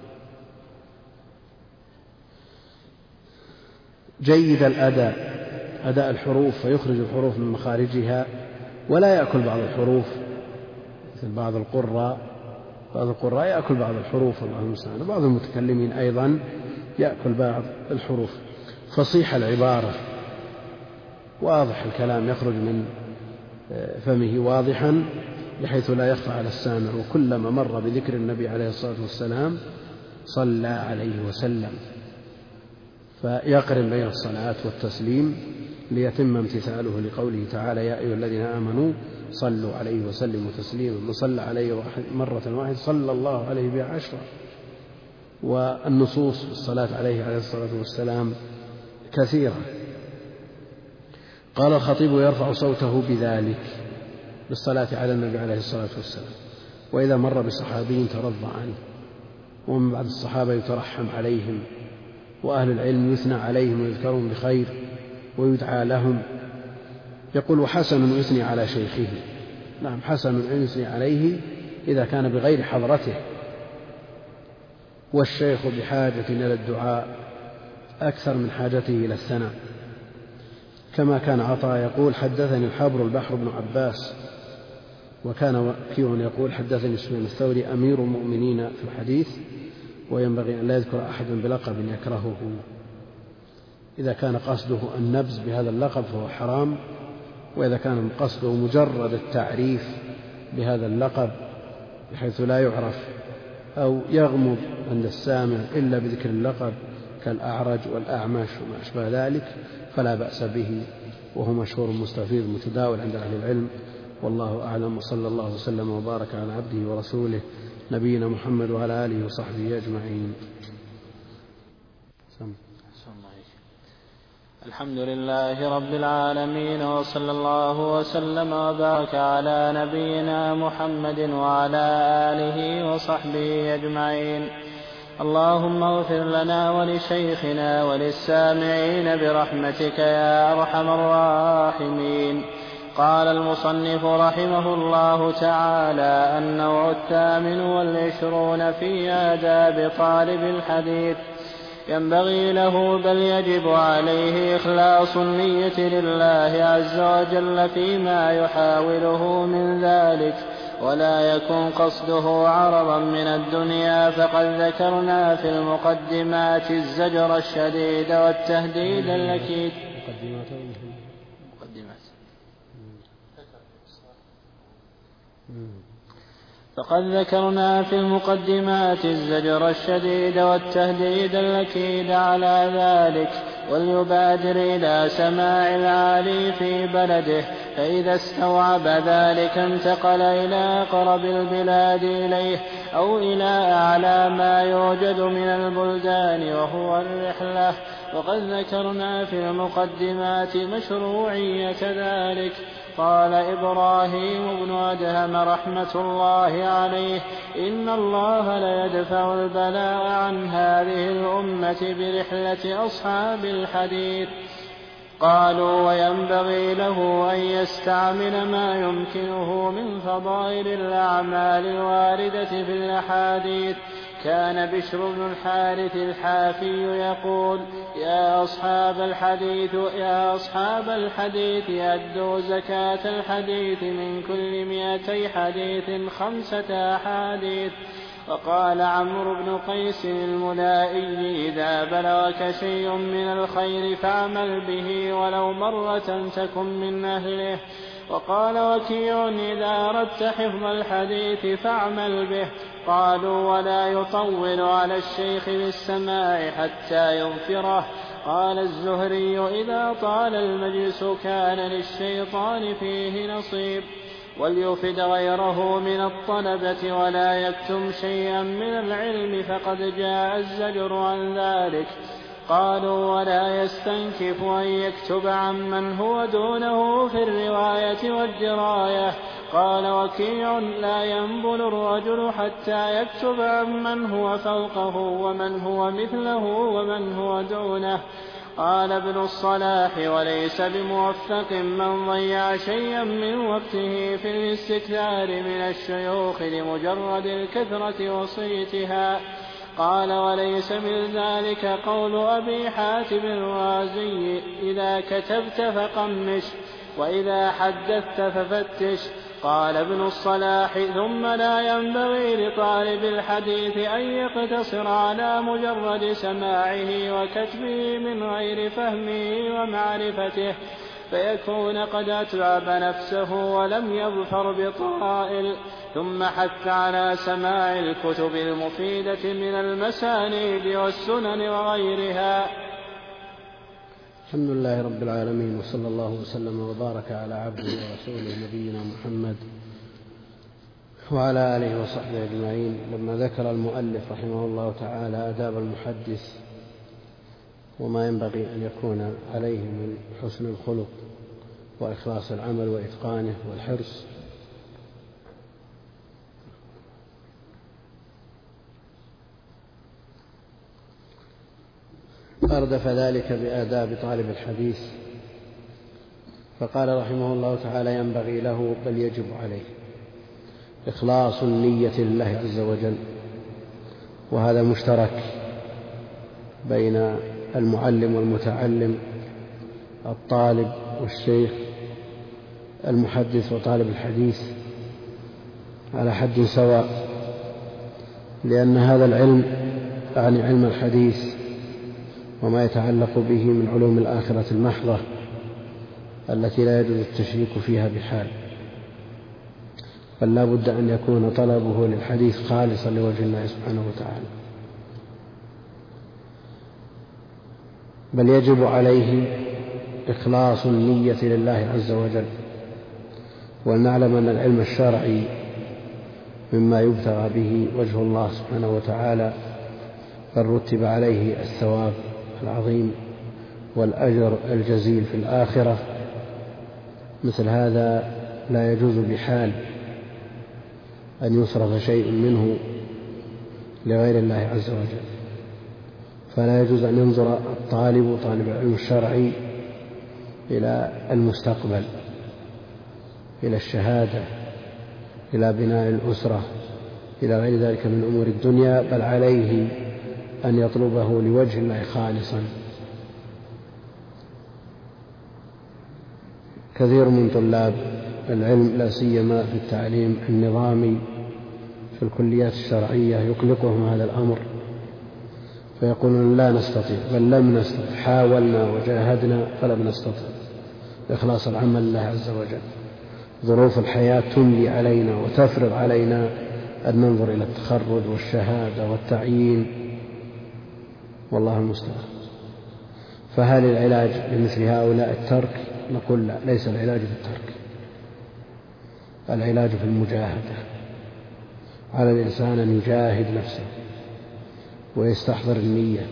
[SPEAKER 1] جيد الأداء، أداء الحروف فيخرج الحروف من مخارجها ولا يأكل بعض الحروف، مثل بعض القراء يأكل بعض الحروف والله المستعان، وبعض المتكلمين أيضا يأكل بعض الحروف. فصيح العبارة، واضح الكلام يخرج من فمه واضحا بحيث لا يخفى على السامع، وكلما مر بذكر النبي عليه الصلاة والسلام صلى عليه وسلم، فيقرن بين الصلاة والتسليم ليتم امتثاله لقوله تعالى: يا أيها الذين آمنوا صلوا عليه وسلموا تسليما، من صلى عليه مرة واحدة صلى الله عليه بها 10. والنصوص في الصلاة عليه الصلاة والسلام كثيرة. قال الخطيب: يرفع صوته بذلك، بالصلاة على النبي عليه الصلاة والسلام، وإذا مر بصحابي ترضى عنه، ومن بعد الصحابة يترحم عليهم، وأهل العلم يثنى عليهم ويذكرون بخير ويدعى لهم. يقول: وحسن يثني على شيخه. نعم، حسن أن يثني عليه إذا كان بغير حضرته، والشيخ بحاجة إلى الدعاء أكثر من حاجته إلى الثناء، كما كان عطاء يقول: حدثني الحبر البحر بن عباس، وكان وكيع يقول: حدثني سفيان الثوري أمير المؤمنين في الحديث، وينبغي أن لا يذكر أحد بلقب يكرهه. إذا كان قصده النبذ بهذا اللقب فهو حرام، وإذا كان قصده مجرد التعريف بهذا اللقب بحيث لا يعرف أو يغمض عند السامع إلا بذكر اللقب كالأعرج والأعمش وما أشبه ذلك فلا بأس به، وهو مشهور مستفيض متداول عند أهل العلم، والله أعلم. وصلى الله وسلم وبارك على عبده ورسوله نبينا محمد وعلى آله وصحبه أجمعين.
[SPEAKER 2] الحمد لله رب العالمين، وصلى الله وسلم وبارك على نبينا محمد وعلى آله وصحبه أجمعين. اللهم اغفر لنا ولشيخنا وللسامعين برحمتك يا أرحم الراحمين. قال المصنف رحمه الله تعالى: النوع 28 في آداب طالب الحديث. ينبغي له بل يجب عليه إخلاص النية لله عز وجل فيما يحاوله من ذلك، ولا يكون قصده عرضا من الدنيا، فقد ذكرنا في المقدمات الزجر الشديد والتهديد الأكيد. فقد ذكرنا في المقدمات الزجر الشديد والتهديد الأكيد على ذلك، وليبادر إلى سماع العالي في بلده، فإذا استوعب ذلك انتقل إلى أقرب البلاد إليه أو إلى أعلى ما يوجد من البلدان، وهو الرحلة. وقد ذكرنا في المقدمات مشروعية ذلك. قال إبراهيم بن أدهم رحمة الله عليه: إن الله ليدفع البلاء عن هذه الأمة برحلة أصحاب الحديث. قالوا: وينبغي له أن يستعمل ما يمكنه من فضائل الأعمال الواردة في الأحاديث. كان بشر بن الحارث الحافي يقول: يا أصحاب الحديث أدوا زكاة الحديث، من كل 200 حديث 5 أحاديث. وقال عمرو بن قيس الملائي إذا بلغك شيء من الخير فاعمل به ولو مرة تكن من أهله. وقال وكيع إذا أردت حفظ الحديث فاعمل به. قالوا ولا يطول على الشيخ بالسماع حتى يغفره. قال الزهري إذا طال المجلس كان للشيطان فيه نصيب. وليفد غيره من الطلبة ولا يكتم شيئا من العلم فقد جاء الزجر عن ذلك. قالوا ولا يستنكف أن يكتب عمن هو دونه في الرواية والدراية. قال وكيع لا ينبل الرجل حتى يكتب عمن هو فوقه ومن هو مثله ومن هو دونه. قال ابن الصلاح وليس بموفق من ضيع شيئا من وقته في الاستكثار من الشيوخ لمجرد الكثرة وصيتها. قال وليس من ذلك قول أبي حاتم الرازي إذا كتبت فقمش وإذا حدثت ففتش. قال ابن الصلاح ثم لا ينبغي لطالب الحديث أن يقتصر على مجرد سماعه وكتبه من غير فهمه ومعرفته فيكون قد أتعب نفسه ولم يظفر بطائل. ثم حث على سماع الكتب المفيدة من المسانيد والسنن وغيرها.
[SPEAKER 1] الحمد لله رب العالمين، وصلى الله وسلم وبارك على عبده ورسوله نبينا محمد وعلى آله وصحبه أجمعين. لما ذكر المؤلف رحمه الله تعالى آداب المحدث وما ينبغي أن يكون عليه من حسن الخلق وإخلاص العمل وإتقانه والحرص، أردف ذلك بآداب طالب الحديث، فقال رحمه الله تعالى ينبغي له بل يجب عليه إخلاص النية لله عز وجل، وهذا مشترك بين المعلم والمتعلم، الطالب والشيخ، المحدث وطالب الحديث على حد سواء، لأن هذا العلم يعني علم الحديث وما يتعلق به من علوم الآخرة المحضة التي لا يجوز التشريك فيها بحال، بل لا بد أن يكون طلبه للحديث خالصا لوجه الله سبحانه وتعالى. بل يجب عليه إخلاص النية لله عز وجل، ونعلم أن العلم الشرعي مما يبتغى به وجه الله سبحانه وتعالى، بل رتب عليه الثواب العظيم والأجر الجزيل في الآخرة. مثل هذا لا يجوز بحال أن يصرف شيء منه لغير الله عز وجل، فلا يجوز أن ينظر طالب العلم الشرعي إلى المستقبل، إلى الشهادة، إلى بناء الأسرة، إلى غير ذلك من أمور الدنيا، بل عليه أن يطلبه لوجه الله خالصا. كثير من طلاب العلم لا سيما في التعليم النظامي في الكليات الشرعية يقلقهم هذا الأمر، فيقولون لا نستطيع، بل لم نستطيع، حاولنا وجاهدنا فلم نستطيع إخلاص العمل لله عز وجل. ظروف الحياة تملي علينا وتفرض علينا أن ننظر إلى التخرج والشهادة والتعيين، والله المستعان. فهل العلاج لمثل هؤلاء الترك؟ نقول لا، ليس العلاج في الترك، العلاج في المجاهدة. على الإنسان أن يجاهد نفسه ويستحضر النية،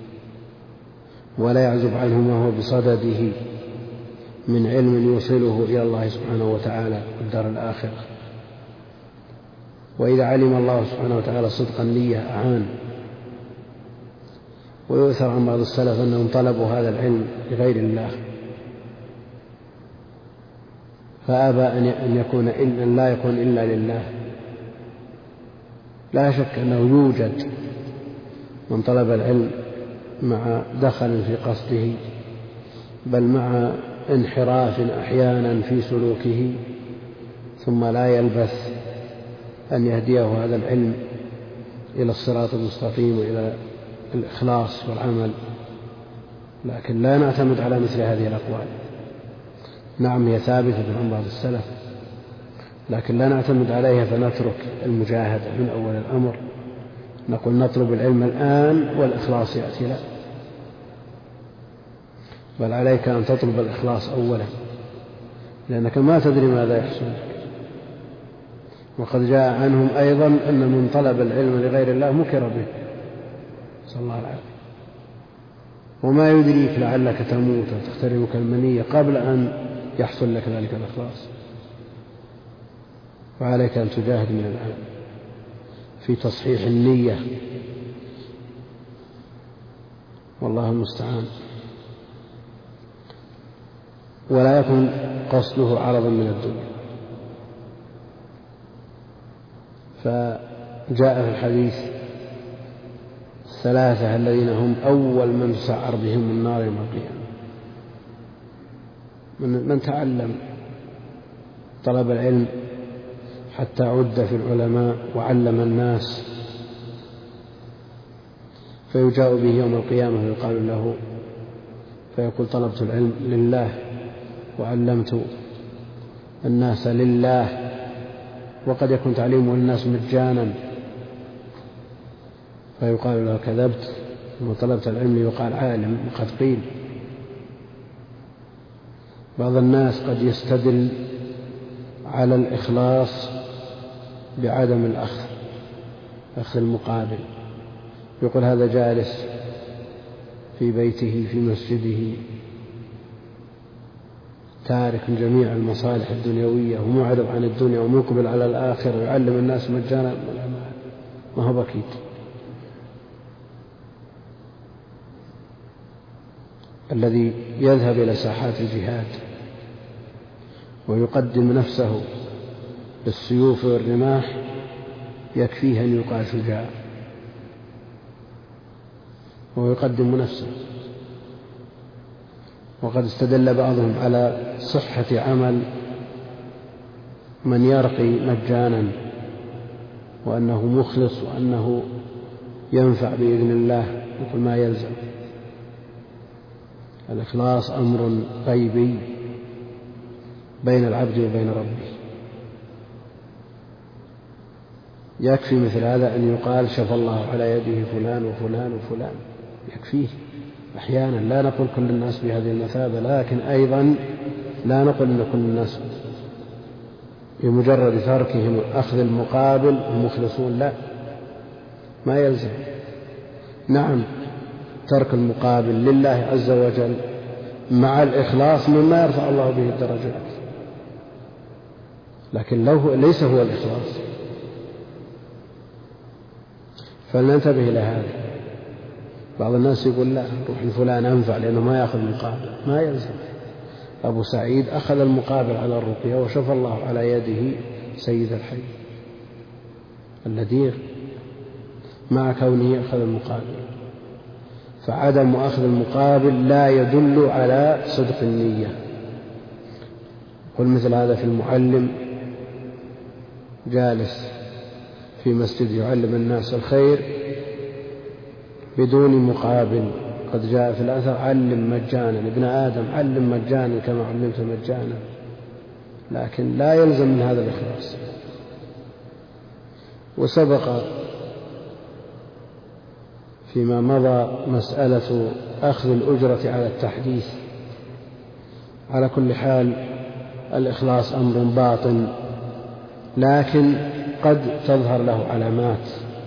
[SPEAKER 1] ولا يعزب عنه ما هو بصدده من علم يوصله إلى الله سبحانه وتعالى والدار الآخرة. وإذا علم الله سبحانه وتعالى صدق النية أعان. ويؤثر عن بعض السلف أنهم طلبوا هذا العلم لغير الله، فأبى أن لا يكون إلا لله. لا شك أنه يوجد من طلب العلم مع دخل في قصده، بل مع انحراف أحيانا في سلوكه، ثم لا يلبث أن يهديه هذا العلم إلى الصراط المستقيم وإلى الإخلاص والعمل، لكن لا نعتمد على مثل هذه الأقوال. نعم هي ثابتة عن بعض السلف، لكن لا نعتمد عليها فنترك المجاهدة من أول الأمر، نقول نطلب العلم الآن والإخلاص يأتي، لا، بل عليك أن تطلب الإخلاص أولا، لأنك ما تدري ماذا يحصل لك. وقد جاء عنهم أيضا أن من طلب العلم لغير الله مكر به، صلى الله العافية. وما يدريك لعلك تموت وتخترمك المنية قبل أن يحصل لك ذلك الإخلاص. وعليك أن تجاهد من الآن في تصحيح النية، والله المستعان. ولا يكون قصده عرضا من الدنيا. فجاء في الحديث الثلاثة الذين هم أول من تسعر بهم النار يوم القيامة: من تعلم طلب العلم حتى عد في العلماء وعلم الناس، فيجاء به يوم القيامة ويقال له، فيقول طلبت العلم لله وعلمت الناس لله، وقد يكون تعليمه الناس مجانا، فيقال له كذبت وطلبت العلم يقال عالم. وقد قيل بعض الناس قد يستدل على الإخلاص بعدم أخذ المقابل، يقول هذا جالس في بيته في مسجده تارك جميع المصالح الدنيوية ومعرض عن الدنيا ومقبل على الآخرة ويعلم الناس مجانا، ما هو بكيت. الذي يذهب إلى ساحات الجهاد ويقدم نفسه بالسيوف والرماح يكفيه أن يقال شجاع، ويقدم نفسه. وقد استدل بعضهم على صحة عمل من يرقي مجانا وأنه مخلص وأنه ينفع بإذن الله، يقول ما يلزم. الإخلاص أمر غيبي بين العبد وبين ربه. يكفي مثل هذا أن يقال شفى الله على يده فلان وفلان وفلان، يكفيه. أحيانا لا نقول كل الناس بهذه المثابة، لكن أيضا لا نقول أن كل الناس بمجرد تركهم أخذ المقابل هم مخلصون، لا، ما يلزم. نعم ترك المقابل لله عز وجل مع الإخلاص مما يرفع الله به الدرجات، لكن ليس هو الإخلاص. فلننتبه إلى هذا. بعض الناس يقول لا، روح لفلان أنفع لأنه ما يأخذ مقابل، ما يلزم. أبو سعيد أخذ المقابل على الرقية وشفى الله على يده سيد الحي اللذيذ مع كونه أخذ المقابل. فعدم أخذ المقابل لا يدل على صدق النية. قل مثل هذا في المعلم جالس في مسجد يعلم الناس الخير بدون مقابل. قد جاء في الأثر علم مجانا، ابن آدم علم مجانا كما علمت مجانا، لكن لا يلزم من هذا الإخلاص. وسبق فيما مضى مسألة أخذ الأجرة على التحديث. على كل حال الإخلاص أمر باطن، لكن قد تظهر له علامات.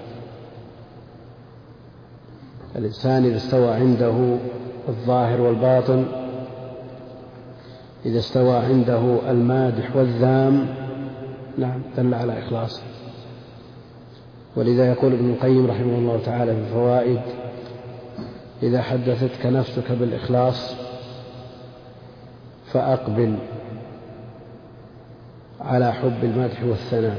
[SPEAKER 1] الإنسان إذا استوى عنده الظاهر والباطن، إذا استوى عنده المادح والذام، نعم دل على إخلاصه. ولذا يقول ابن القيم رحمه الله تعالى في الفوائد: إذا حدثتك نفسك بالإخلاص فأقبل على حب المدح والثناء،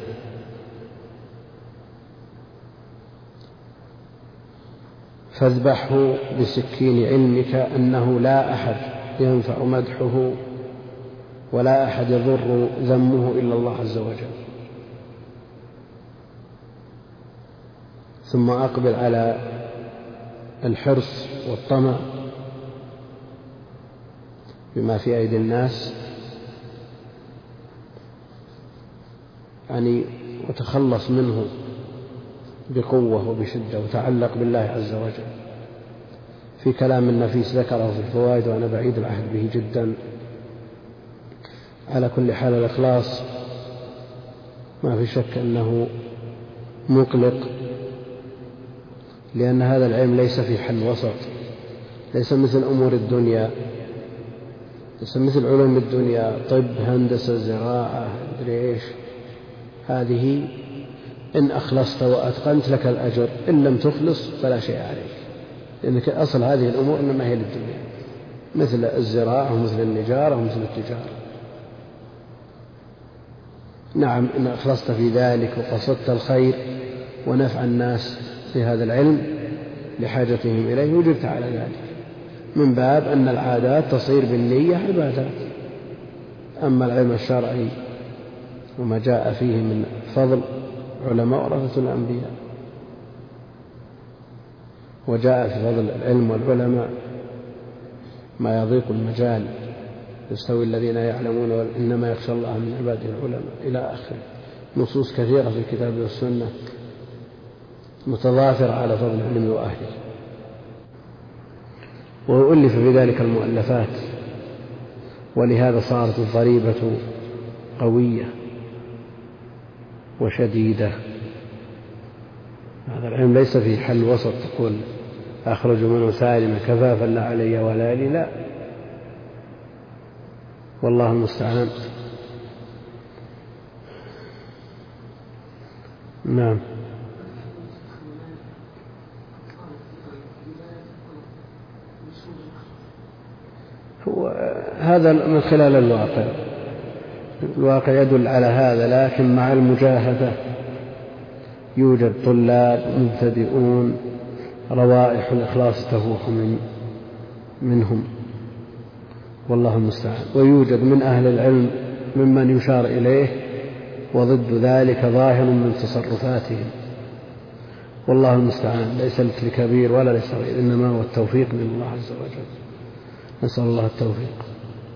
[SPEAKER 1] فاذبحه بسكين علمك أنه لا أحد ينفع مدحه ولا أحد يضر ذمه إلا الله عز وجل. ثم أقبل على الحرص والطمع بما في أيدي الناس، يعني وتخلص منه بقوة وبشدة، وتعلق بالله عز وجل في كلام النفيس ذكره في الفوائد، وأنا بعيد العهد به جدا. على كل حال الإخلاص ما في شك أنه مقلق، لأن هذا العلم ليس في حل وسط، ليس مثل أمور الدنيا، ليس مثل علوم الدنيا، طب، هندسة، زراعة، إيش، هذه إن أخلصت وأتقنت لك الأجر، إن لم تخلص فلا شيء عليك، لأنك أصل هذه الأمور إنما هي للدنيا، مثل الزراعة ومثل النجارة ومثل التجارة. نعم، إن أخلصت في ذلك وقصدت الخير ونفع الناس في هذا العلم لحاجتهم إليه وجبت على ذلك، من باب أن العادات تصير بالنية عبادات. أما العلم الشرعي وما جاء فيه من فضل، علماء ورثة الأنبياء، وجاء في فضل العلم والعلماء ما يضيق المجال، يستوي الذين يعلمون إنما يخشى الله من عباده العلماء إلى آخره، نصوص كثيرة في الكتاب والسنة متضافرة على فضل العلم وأهله. وألف في ذلك المؤلفات، ولهذا صارت الضريبة قوية وشديدة. هذا العلم ليس فيه حل وسط تقول أخرج منه سالما كفافا لا علي ولا لي، لا، والله المستعان. نعم. هو هذا من خلال الواقع يدل على هذا، لكن مع المجاهدة يوجد طلاب مبتدئون روائح الإخلاص تفوح منهم، والله المستعان. ويوجد من أهل العلم ممن يشار إليه وضد ذلك ظاهر من تصرفاتهم، والله المستعان، ليس للكبير ولا للصغير، إنما هو التوفيق من الله عز وجل، نسأل الله التوفيق.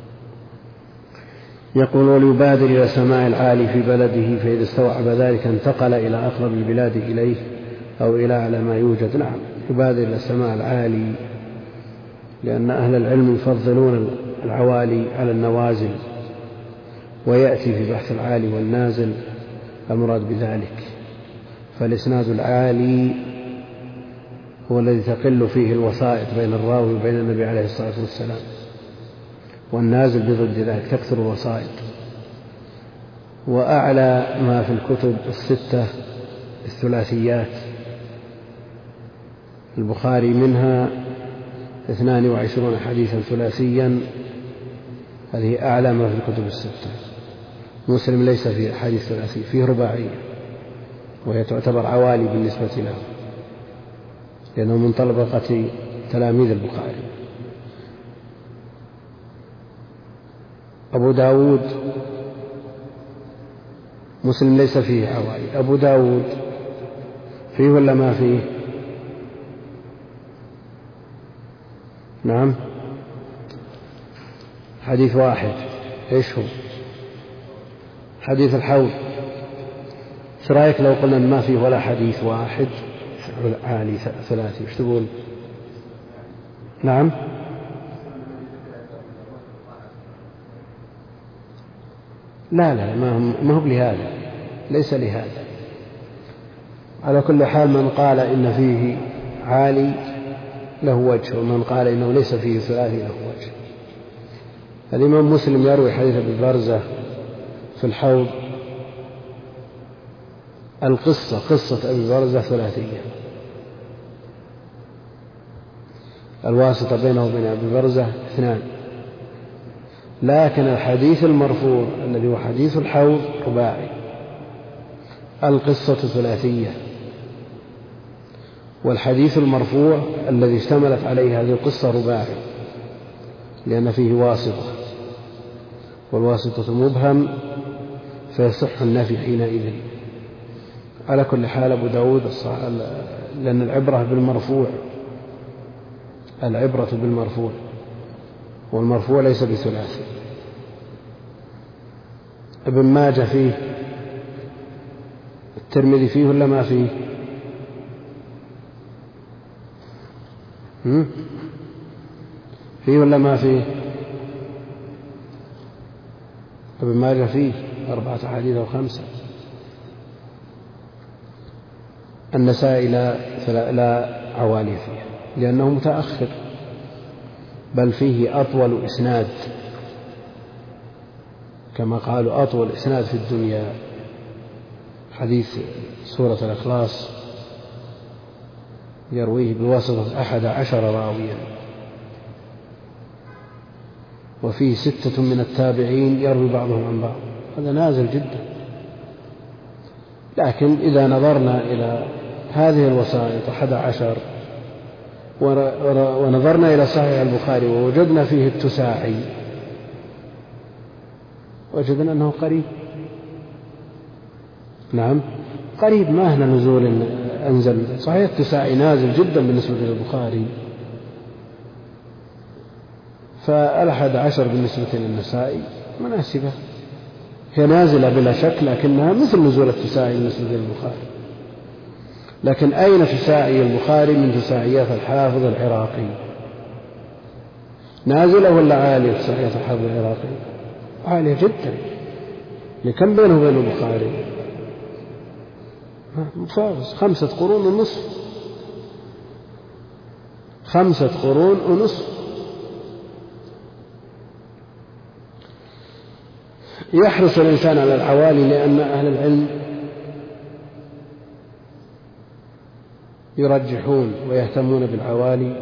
[SPEAKER 1] يقول وليبادر إلى سماع العالي في بلده، فإذا استوعب ذلك انتقل إلى أقرب البلاد إليه أو إلى أعلى ما يوجد. نعم، يبادر إلى سماع العالي، لأن أهل العلم يفضلون العوالي على النوازل، ويأتي في بحث العالي والنازل المراد بذلك. فالإسناد العالي هو الذي تقل فيه الوسائط بين الراوي وبين النبي عليه الصلاة والسلام، والنازل بضد ذلك تكثر الوسائط. وأعلى ما في الكتب الستة الثلاثيات، البخاري منها 22 حديثا ثلاثيا، هذه أعلى ما في الكتب الستة. مسلم ليس فيه حديث ثلاثي، فيه رباعية، وهي تعتبر عوالي بالنسبة له، لأنه من طبقة تلاميذ البخاري. أبو داود مسلم ليس فيه عوالي، أبو داود فيه ولا ما فيه؟ نعم، حديث واحد. إيش هو؟ حديث الحوض. ايش رأيك لو قلنا ما فيه ولا حديث واحد عالي ثلاثي، ايش تقول؟ نعم، لا ما هو لهذا، ليس لهذا. على كل حال من قال إن فيه عالي له وجه، ومن قال إنه ليس فيه ثلاثي له وجه. الإمام مسلم يروي حديث أبي برزة في الحوض، قصة أبي برزة ثلاثية، الواسطة بينه وبين أبي برزة 2، لكن الحديث المرفوع الذي هو حديث الحوض رباعي، القصة ثلاثية. والحديث المرفوع الذي اشتملت عليه هذه القصة رباعي، لأن فيه واسطة، والواسطة مبهم فيصح النفي حينئذ. على كل حال أبو داود لأن العبرة بالمرفوع، العبرة بالمرفوع، والمرفوع ليس بثلاثي. ابن ماجه فيه، الترمذي فيه ولا ما فيه؟ فيه ولا ما فيه؟ ابن ماجه فيه 4 أحاديث أو 5. النسائي لا عوالي فيه لأنه متأخر، بل فيه أطول إسناد، كما قالوا أطول إسناد في الدنيا حديث سورة الإخلاص يرويه بواسطة 11 راويا، وفيه 6 من التابعين يروي بعضهم عن بعض، هذا نازل جدا. لكن إذا نظرنا إلى هذه الوسائط 11 ونظرنا إلى صحيح البخاري ووجدنا فيه التساعي، وجدنا أنه قريب. نعم قريب، ما هنا نزول أنزل. صحيح التساعي نازل جدا بالنسبة للبخاري، ف11 بالنسبة للنسائي مناسبة، هي نازلة بلا شك، لكنها مثل نزول التساعي بالنسبة للبخاري. لكن أين تساعي البخاري من تساعيات الحافظ العراقي؟ نازلة ولا عالية تساعيات الحافظ العراقي؟ عالية جدا. لكم بينه وبين البخاري؟ متفاوز 5 قرون ونصف، 5 قرون ونصف. يحرص الإنسان على العوالي، لأن أهل العلم يرجحون ويهتمون بالعوالي.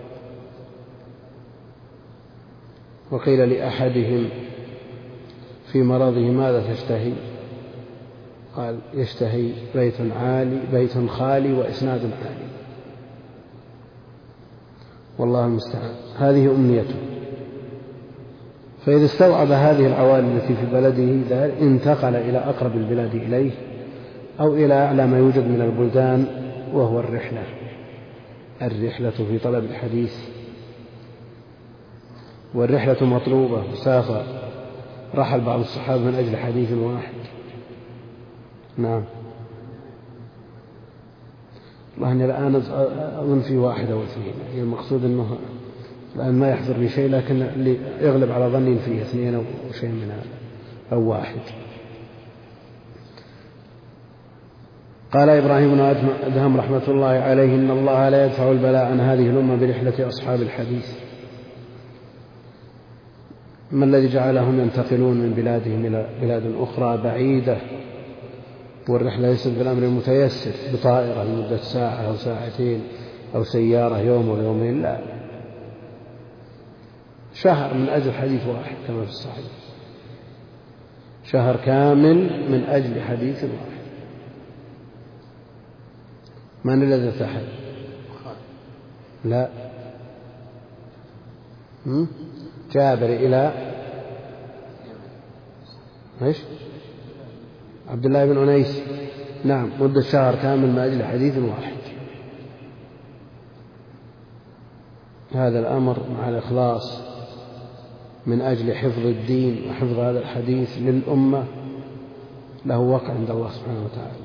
[SPEAKER 1] وقيل لأحدهم في مرضه ماذا تشتهي؟ قال يشتهي بيت خالي وإسناد عالي. والله المستعان، هذه أمنيته. فإذا استوعب هذه العوالي التي في بلده انتقل إلى أقرب البلاد إليه أو إلى أعلى ما يوجد من البلدان، وهو الرحلة في طلب الحديث. والرحلة مطلوبة، مسافة، رحل بعض الصحابة من أجل حديث واحد. نعم والله أني الآن أظن في 1 أو 2، يعني المقصود أنه الآن ما يحضر لي شيء، لكن اللي يغلب على ظني فيه 2 أو شيء من هذا أو 1. قال إبراهيم بن أدهم رحمة الله عليه: إن الله لا يدفع البلاء عن هذه الأمة برحلة أصحاب الحديث. ما الذي جعلهم ينتقلون من بلادهم إلى بلاد أخرى بعيدة؟ والرحلة ليست بالأمر المتيسر بطائرة لمدة ساعة أو ساعتين أو سيارة يوم أو يومين، لا، شهر من أجل حديث واحد كما في الصحيح، شهر كامل من أجل حديث واحد. من الذي ارتحل؟ لا، جابر إلى ايش؟ عبد الله بن أنيس. نعم، مدة شهر كامل من أجل حديث واحد. هذا الأمر مع الإخلاص من أجل حفظ الدين وحفظ هذا الحديث للأمة له وقع عند الله سبحانه وتعالى،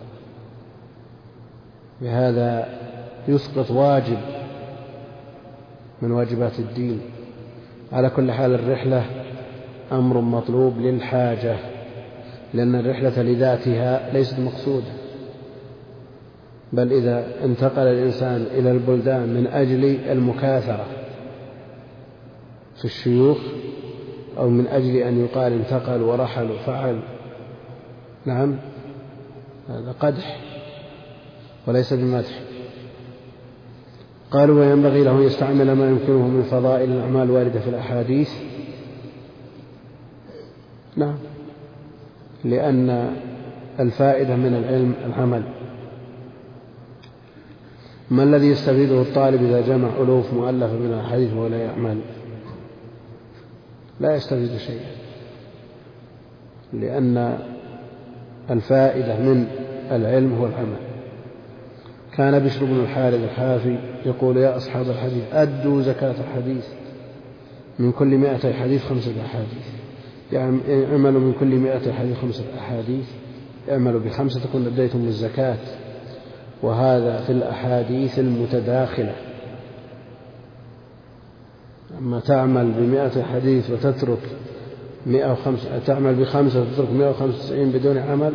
[SPEAKER 1] بهذا يسقط واجب من واجبات الدين. على كل حال الرحلة أمر مطلوب للحاجة، لأن الرحلة لذاتها ليست مقصودة، بل إذا انتقل الإنسان إلى البلدان من أجل المكاثرة في الشيوخ أو من أجل أن يقال انتقل ورحل وفعل، نعم، هذا قدح وليس بمدح. قالوا: وينبغي له أن يستعمل ما يمكنه من فضائل الأعمال الواردة في الأحاديث. نعم، لأن الفائدة من العلم العمل. ما الذي يستفيده الطالب إذا جمع ألوف مؤلفة من الأحاديث ولا يعمل؟ لا يستفيد شيئا، لأن الفائدة من العلم هو العمل. كان بشر بن الحارث الحافي يقول: يا أصحاب الحديث أدوا زكاة الحديث، من كل 100 حديث 5 أحاديث، يعني اعملوا من كل 100 حديث 5 أحاديث، اعملوا ب5 تكون أديتم الزكاة. وهذا في الأحاديث المتداخلة. أما تعمل ب100 حديث وتترك 105، تعمل ب5 وتترك 195 بدون عمل.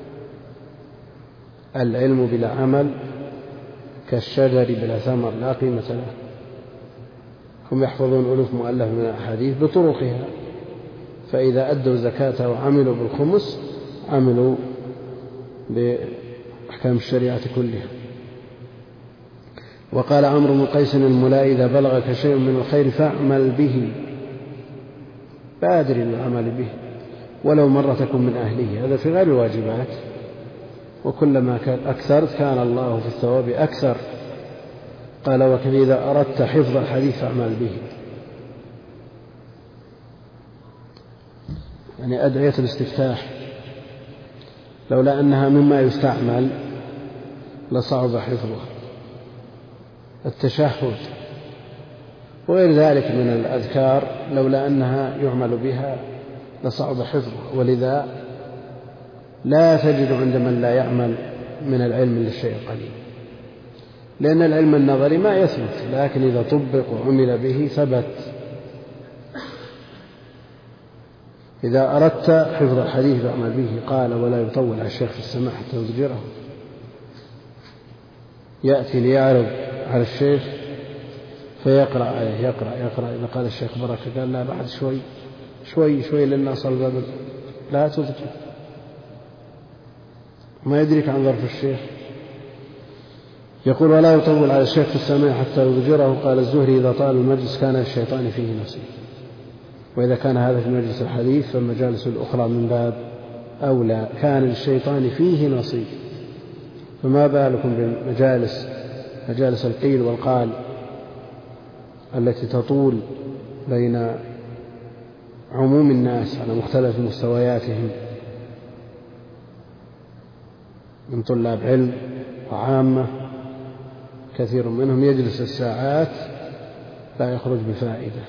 [SPEAKER 1] العلم بلا عمل كالشجر بلا ثمر لا قيمة له. هم يحفظون ألوف مؤلفة من الأحاديث بطرقها، فإذا أدوا زكاة وعملوا بالخمس عملوا بأحكام الشريعة كلها. وقال عمرو بن قيس الملائي: إذا بلغك شيء من الخير فاعمل به، بادر العمل به ولو مرة تكن من أهله. هذا في غير الواجبات، وكلما أكثرت كان الله في الثواب أكثر. قال: وكذا إذا أردت حفظ الحديث فاعمل به. يعني أدعية الاستفتاح لولا أنها مما يستعمل لصعب حفظها. التشهد وغير ذلك من الأذكار لولا أنها يعمل بها لصعب حفظها. ولذا لا تجد عند من لا يعمل من العلم إلا الشيء القليل، لأن العلم النظري ما يثبت، لكن إذا طبق وعمل به ثبت. إذا أردت حفظ الحديث فاعمل به. قال: ولا يطول على الشيخ في السماع حتى يضجره. يأتي ليعرض على الشيخ فيقرأ آية، يقرأ إذا قال الشيخ بركة قال: لا بعد شوي لأن أصل الباب لا تضجر، ما يدرك عن ظرف الشيخ. يقول: ولا يطول على الشيخ في السماع حتى يضجره. قال الزهري: إذا طال المجلس كان للشيطان فيه نصيب. وإذا كان هذا في مجلس الحديث فالمجالس الأخرى من باب أولى، كان للشيطان فيه نصيب. فما بالكم بمجالس القيل والقال التي تطول بين عموم الناس على مختلف مستوياتهم من طلاب علم وعامة. كثير منهم يجلس الساعات لا يخرج بفائدة.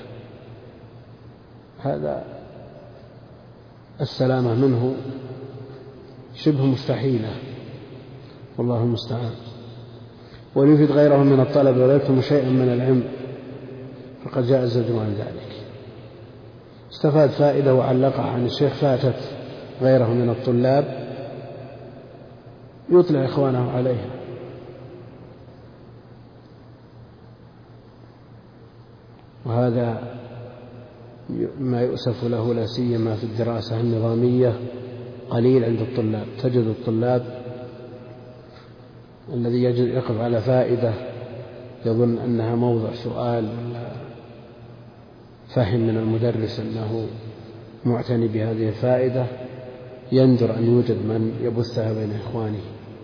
[SPEAKER 1] هذا السلامة منه شبه مستحيلة، والله المستعان. وليفيد غيره من الطلب ولا يكتم شيئا من العلم فقد جاء الزجر عن ذلك. استفاد فائدة وعلقها عن الشيخ فاتت غيره من الطلاب يطلع إخوانه عليها. وهذا ما يؤسف له، لا سيما في الدراسة النظامية قليل عند الطلاب. تجد الطلاب الذي يقف على فائدة يظن أنها موضع سؤال ولا فهم من المدرس أنه معتني بهذه الفائدة، يندر أن يوجد من يبثها بين إخوانه،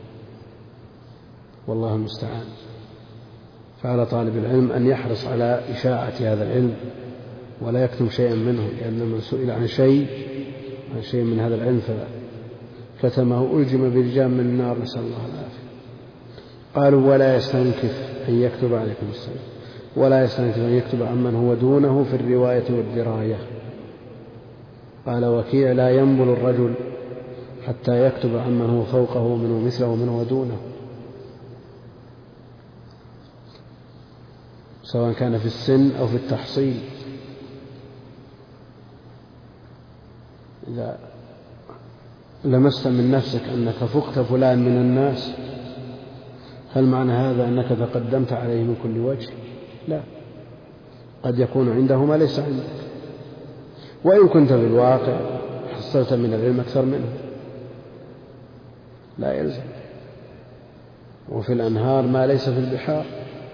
[SPEAKER 1] والله المستعان. فعلى طالب العلم أن يحرص على إشاعة هذا العلم ولا يكتم شيئا منه، لأن من سئل عن شيء من هذا العلم فكتمه ألجم برجام من النار، نسأل الله العافية. قالوا: ولا يستنكف أن يكتب عليكم السلام، ولا يستنكف أن يكتب عمن هو دونه في الرواية والدراية. قال وكيع: لا ينبل الرجل حتى يكتب عمن هو فوقه ومنه مثله ومن هو دونه، سواء كان في السن أو في التحصيل. إذا لمست من نفسك أنك فقت فلان من الناس، هل معنى هذا أنك تقدمت عليه من كل وجه؟ لا، قد يكون عنده ما ليس عندك، وإن كنت بالواقع حصلت من العلم أكثر منه، لا يلزم. وفي الأنهار ما ليس في البحار،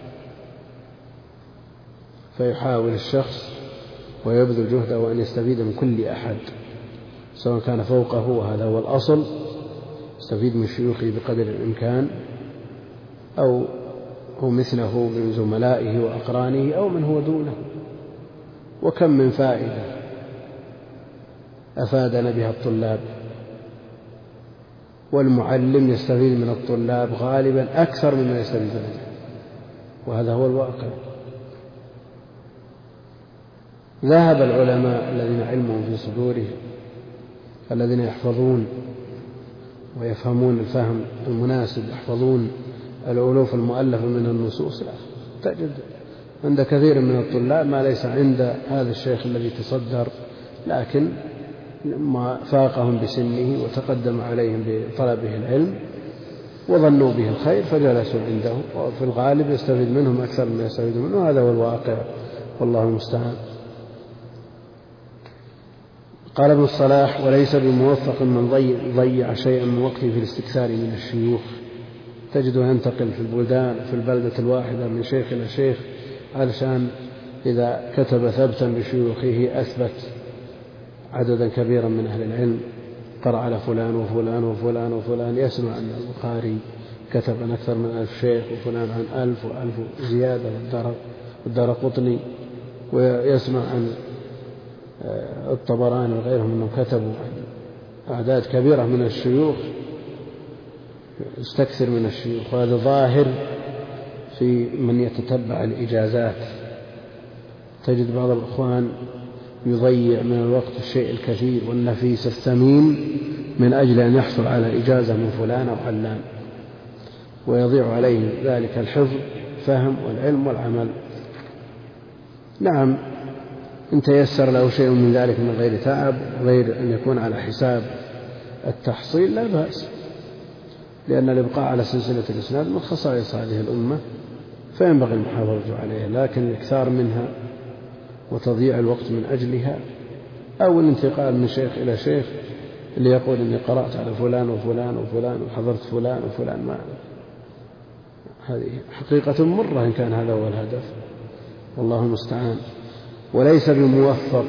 [SPEAKER 1] فيحاول الشخص ويبذل جهده أن يستفيد من كل أحد سواء كان فوقه، وهذا هو الأصل، يستفيد من شيوخه بقدر الإمكان، أو هو مثله من زملائه وأقرانه، أو من هو دونه. وكم من فائدة أفادنا بها الطلاب والمعلم يستفيد من الطلاب غالبا أكثر مما يستفيد منه، وهذا هو الواقع. ذهب العلماء الذين علمهم في صدورهم، الذين يحفظون ويفهمون الفهم المناسب، يحفظون الألوف المؤلفة من النصوص، لا تجد عند كثير من الطلاب ما ليس عند هذا الشيخ الذي تصدر، لكن ما فاقهم بسنه وتقدم عليهم بطلبه العلم وظنوا به الخير فجلسوا عنده، وفي الغالب يستفيد منهم أكثر مما يستفيد منه، هذا هو الواقع والله المستعان. قال ابن الصلاح: وليس بموفق من ضيع شيئا من وقته في الاستكثار من الشيوخ. تجده ينتقل في البلدان في البلدة الواحدة من شيخ إلى شيخ علشان إذا كتب ثبتا لشيوخه أثبت عددا كبيرا من أهل العلم، قرأ على فلان وفلان وفلان وفلان، يسمع أن البخاري كتب عن أكثر من 1000 شيخ، وفلان عن 1000 و1000 زيادة، والدارقطني، ويسمع عن الطبراني وغيرهم أنهم كتبوا عن أعداد كبيرة من الشيوخ، يستكثر من الشيوخ. وهذا ظاهر في من يتتبع الإجازات. تجد بعض الإخوان يضيع من الوقت الشيء الكثير والنفيس الثمين من أجل أن يحصل على إجازة من فلان أو علان، ويضيع عليه ذلك الحفظ فهم والعلم والعمل. نعم، إن تيسر له شيء من ذلك من غير تعب، غير أن يكون على حساب التحصيل، لا بأس، لأن الإبقاء على سلسلة الإسناد من خصائص هذه الأمة، فينبغي المحافظة عليها، لكن الإكثار منها وتضييع الوقت من أجلها، أو الانتقال من شيخ إلى شيخ اللي يقول إني قرأت على فلان وفلان وفلان وحضرت فلان وفلان، ما هذه حقيقة مرة إن كان هذا هو الهدف، والله المستعان. وليس بموفق،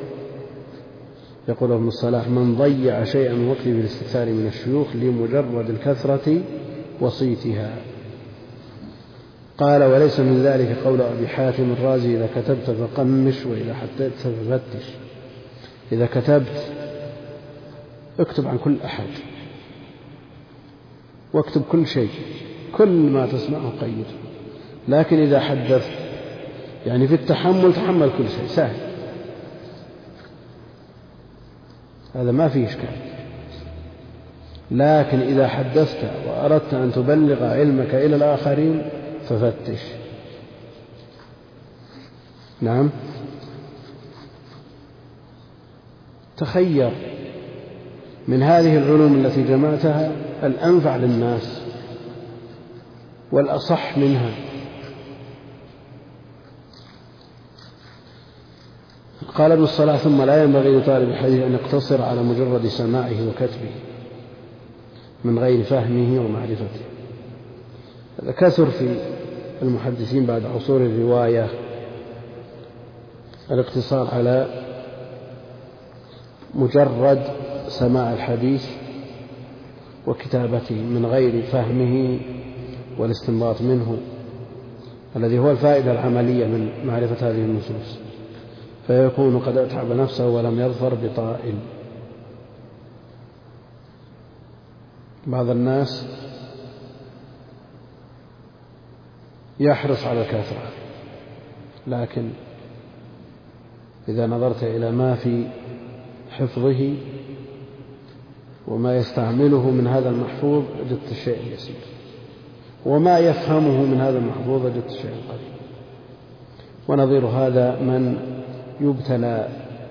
[SPEAKER 1] يقول ابن الصلاح: من ضيع شيئا من وقته بالاستكثار من الشيوخ لمجرد الكثرة وصيتها. قال: وليس من ذلك قول أبي حاتم الرازي: إذا كتبت فقمش، وإذا حدثت ففتش. إذا كتبت اكتب عن كل أحد، واكتب كل شيء، كل ما تسمعه قيد. لكن إذا حدثت يعني في التحمل تحمل كل شيء سهل، هذا ما فيه إشكال. لكن إذا حدثت وأردت أن تبلغ علمك إلى الآخرين ففتش. نعم، تخير من هذه العلوم التي جمعتها الأنفع للناس والأصح منها. قال ابن الصلاح: ثم لا ينبغي لطالب الحديث أن يقتصر على مجرد سماعه وكتبه من غير فهمه ومعرفته. هذا كثر في المحدثين بعد عصور الرواية، الاقتصار على مجرد سماع الحديث وكتابته من غير فهمه والاستنباط منه، الذي هو الفائدة العملية من معرفة هذه النصوص، فيكون قد أتعب نفسه ولم يظفر بطائل. بعض الناس يحرص على الكثرة، لكن إذا نظرت إلى ما في حفظه وما يستعمله من هذا المحفوظ وجدت الشيء اليسير، وما يفهمه من هذا المحفوظ وجدت الشيء القليل. ونظير هذا من يبتلى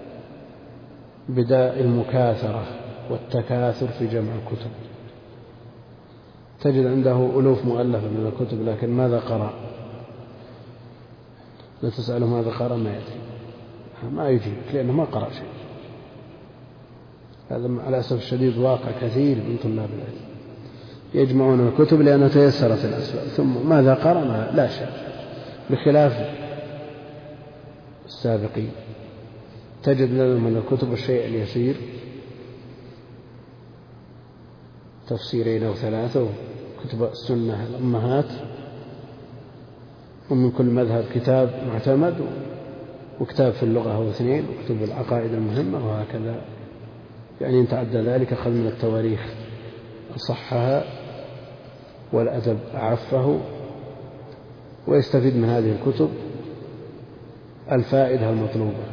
[SPEAKER 1] بداء المكاثرة والتكاثر في جمع الكتب، تجد عنده ألوف مؤلفة من الكتب، لكن ماذا قرأ؟ لا تسأله ماذا قرأ ما يدري، ما يجيب، لأنه ما قرأ شيء. هذا على الأسف الشديد واقع كثير من طلاب العلم، يجمعون الكتب لأنها تيسرت الأسباب، ثم ماذا قرأ لا شيء، بخلاف السابقين. تجد لهم من الكتب الشيء اليسير، تفسيرين أو ثلاثة، كتب السنة الأمهات، ومن كل مذهب كتاب معتمد، وكتاب في اللغة أو اثنين، وكتب العقائد المهمة، وهكذا. يعني إن تعدى ذلك أخذ من التواريخ أصحها والأدب أعفه، ويستفيد من هذه الكتب الفائدة المطلوبة.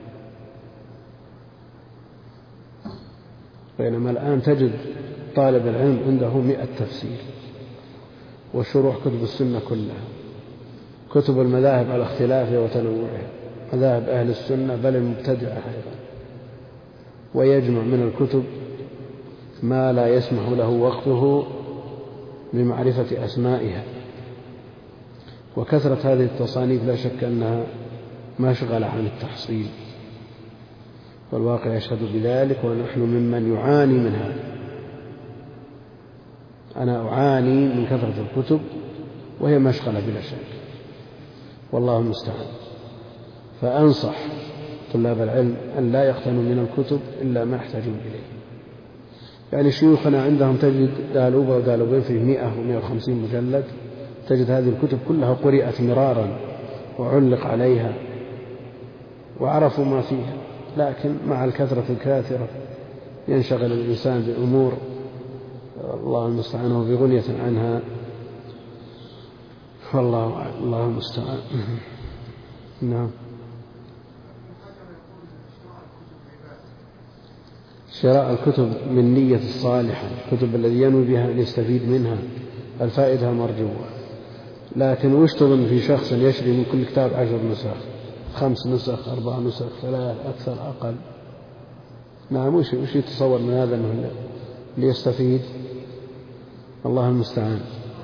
[SPEAKER 1] بينما الآن تجد طالب العلم عنده 100 تفسير، وشروح كتب السنة كلها، كتب المذاهب على اختلافها وتنوعها، مذاهب أهل السنة بل المبتدعة أيضا، ويجمع من الكتب ما لا يسمح له وقته بمعرفة أسمائها. وكثرة هذه التصانيف لا شك أنها مشغلة عن التحصيل، والواقع يشهد بذلك، ونحن ممن يعاني من هذا. أنا أعاني من كثرة الكتب وهي مشغلة بلا شك، والله المستعان. فأنصح طلاب العلم أن لا يقتنوا من الكتب إلا ما يحتاجون إليه. يعني شيوخنا عندهم تجد دالوبة ودالوبين فيه 100 و150 مجلد، تجد هذه الكتب كلها قرئت مرارا وعلق عليها وعرفوا ما فيها، لكن مع الكثرة الكاثرة ينشغل الإنسان بأمور الله المستعان وفي غنية عنها، والله المستعان. نعم. شراء الكتب من نية الصالحة، الكتب الذي ينوي بها أن يستفيد منها الفائدة المرجوة. لكن وش تظن في شخص يشري من كل كتاب 10 نسخ، 5 نسخ، 4 نسخ، 3 أكثر أقل؟ نعم، وش يتصور من هذا أنه ليستفيد؟ الله المستعان.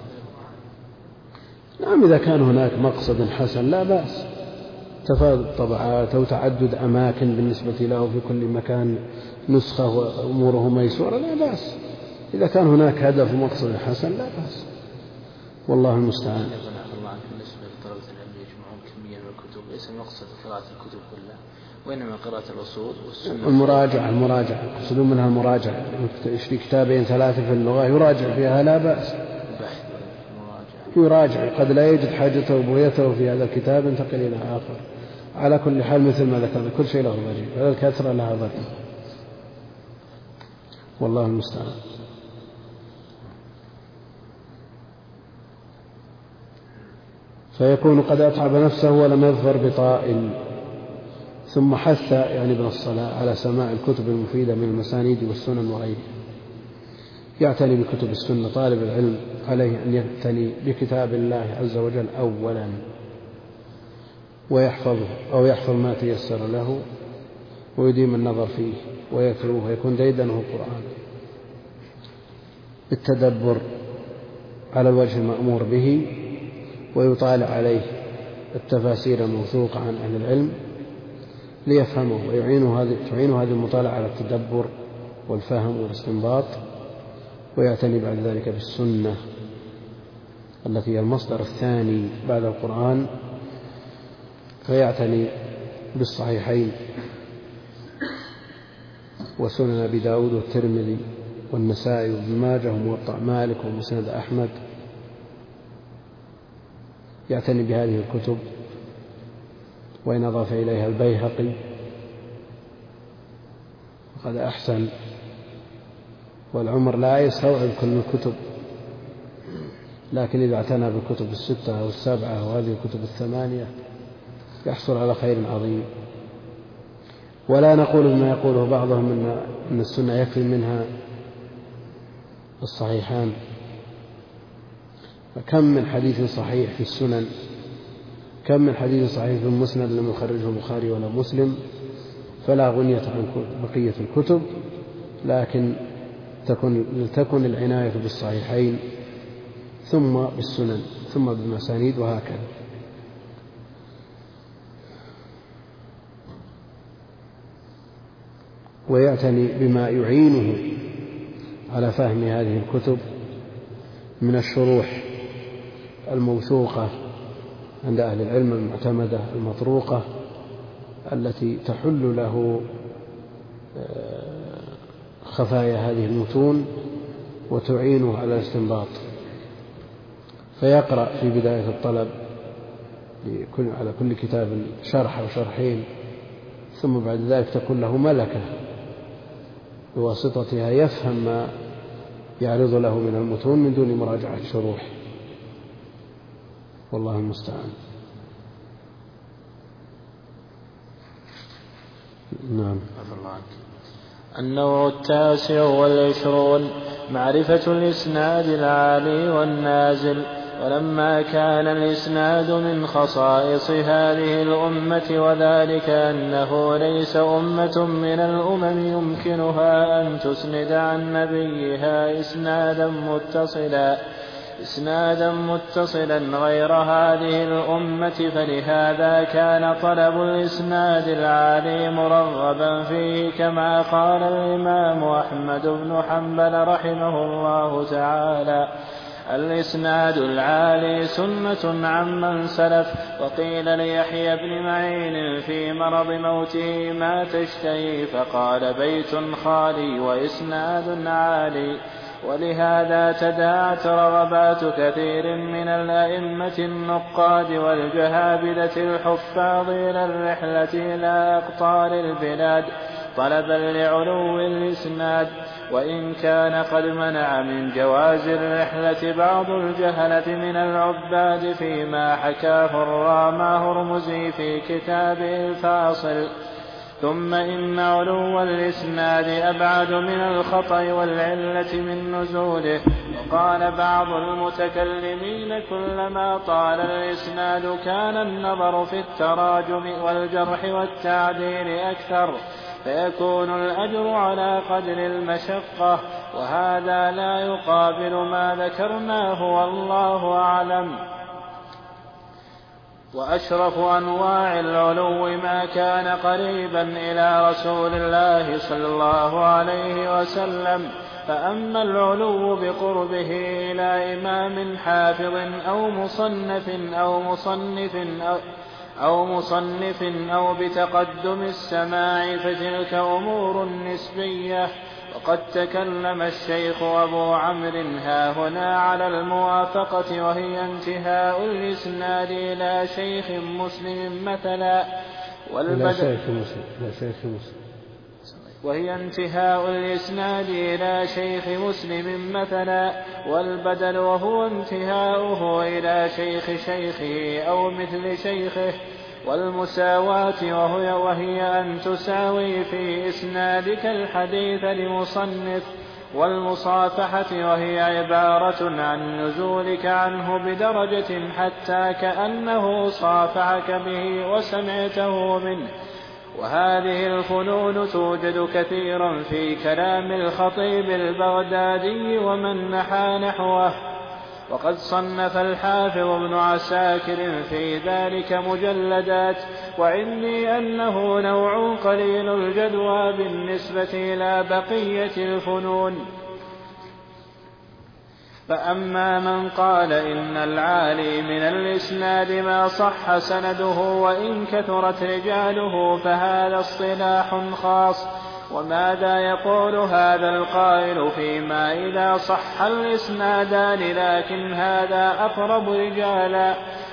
[SPEAKER 1] نعم، إذا كان هناك مقصد حسن لا بأس، تفاضل الطبعات أو تعدد أماكن بالنسبة له في كل مكان نسخة وأموره ميسورة لا بأس. إذا كان هناك هدف ومقصد حسن لا بأس، والله المستعان.
[SPEAKER 2] بالنسبة لطلبة العلم يجمعون كمية من الكتب، ليس المقصد قراءة الكتب كلها، وإنما قراءة الأصول والسنة.
[SPEAKER 1] المراجعة يقصدون منها المراجعة، يشتري 2 3 في اللغة يراجع فيها لا بأس، يراجع، قد لا يجد حاجته وبغيته في هذا الكتاب ينتقل إلى آخر. على كل حال مثل ما ذكرنا كل شيء له ضريب، هذا الكثرة لها ضريب، والله المستعان. فيكون قد أتعب نفسه ولم يظفر بطائل. ثم حث يعني ابن الصلاة على سماع الكتب المفيدة من المسانيد والسنن وغيرها. يعتني بكتب السنة، طالب العلم عليه أن يعتني بكتاب الله عز وجل أولا ويحفظه أو يحفظ ما تيسر له ويديم النظر فيه ويتلوه ويكون ديدنه القرآن بالتدبر على الوجه المأمور به، ويطالع عليه التفاسير الموثوقة عن أهل العلم ليفهمه، ويعينه هذه المطالعة على التدبر والفهم والاستنباط. ويعتني بعد ذلك بالسنة التي هي المصدر الثاني بعد القرآن، فيعتني بالصحيحين وسنن أبي داود والترمذي والنسائي وابن ماجه وموطأ مالك ومسند أحمد. يعتني بهذه الكتب، وإن أضاف إليها البيهقي وقد أحسن. والعمر لا يستوعب كل الكتب، لكن إذا اعتنى بالكتب 6 أو 7 وهذه الكتب 8 يحصل على خير عظيم. ولا نقول بما يقوله بعضهم أن السنة يكفي منها الصحيحان، فكم من حديث صحيح في السنن، كم من حديث صحيح في المسند لم يخرجه البخاري ولا مسلم، فلا غنية عن بقية الكتب، لكن تكن العناية بالصحيحين ثم بالسنن ثم بالمسانيد وهكذا. ويعتني بما يعينه على فهم هذه الكتب من الشروح الموثوقة عند أهل العلم المعتمدة المطروقة التي تحل له خفايا هذه المتون وتعينه على الاستنباط. فيقرأ في بداية الطلب على كل كتاب شرح أو شرحين، ثم بعد ذلك تكون له ملكة بواسطتها يفهم ما يعرض له من المتون من دون مراجعة شروح، والله المستعان. نعم.
[SPEAKER 2] النوع 29 معرفة الإسناد العالي والنازل. ولما كان الإسناد من خصائص هذه الأمة، وذلك أنه ليس أمة من الأمم يمكنها أن تسند عن نبيها إسنادا متصلا غير هذه الأمة، فلهذا كان طلب الإسناد العالي مرغبا فيه، كما قال الإمام أحمد بن حنبل رحمه الله تعالى: الإسناد العالي سنة عمن سلف. وقيل ليحيى بن معين في مرض موته: ما تشتهي؟ فقال: بيت خالي وإسناد عالي. ولهذا تداعت رغبات كثير من الأئمة النقاد والجهابذة الحفاظ إلى الرحلة إلى أقطار البلاد طلبا لعلو الإسناد، وإن كان قد منع من جواز الرحلة بعض الجهلة من العباد، فيما حكاه الرامى هرمزي في كتابه الفاصل. ثم إن علو الإسناد أبعد من الخطأ والعلة من نزوله. وقال بعض المتكلمين: كلما طال الإسناد كان النظر في التراجم والجرح والتعديل أكثر، فيكون الأجر على قدر المشقة، وهذا لا يقابل ما ذكرناه والله أعلم. وأشرف أنواع العلو ما كان قريبا إلى رسول الله صلى الله عليه وسلم. فأما العلو بقربه إلى إمام حافظ أو مصنف أو بتقدم السماع، فتلك أمور نسبية. وقد تكلم الشيخ أبو عمرو هاهنا على الموافقة، وهي انتهاء الإسناد إلى شيخ مسلم مثلا، وهي انتهاء الإسناد إلى شيخ مسلم مثلا، والبدل وهو انتهاؤه إلى شيخ شيخه أو مثل شيخه، والمساواة وهي أن تساوي في إسنادك الحديث لمصنف، والمصافحة وهي عبارة عن نزولك عنه بدرجة حتى كأنه صافحك به وسمعته منه. وهذه الفنون توجد كثيرا في كلام الخطيب البغدادي ومن نحى نحوه. وقد صنف الحافظ ابن عساكر في ذلك مجلدات، وعندي أنه نوع قليل الجدوى بالنسبة إلى بقية الفنون. فأما من قال إن العالي من الإسناد ما صح سنده وإن كثرت رجاله، فهذا اصطلاح خاص. وماذا يقول هذا القائل فيما إذا صح الإسنادان لكن هذا أقرب رجالا؟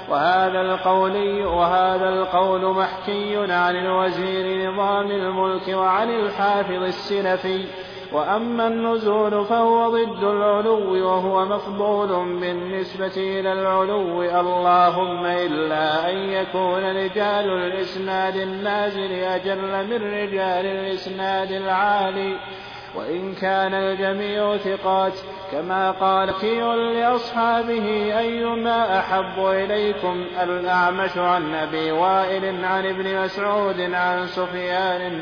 [SPEAKER 2] وهذا القول محكي عن الوزير نظام الملك وعن الحافظ السلفي. وأما النزول فهو ضد العلو، وهو مفضول بالنسبة إلى العلو، اللهم إلا أن يكون رجال الإسناد النازل أجل من رجال الإسناد العالي، وإن كان الجميع ثقات، كما قال كي لأصحابه: أيما أحب إليكم الأعمش عن أبي وائل عن ابن مسعود عن سفيان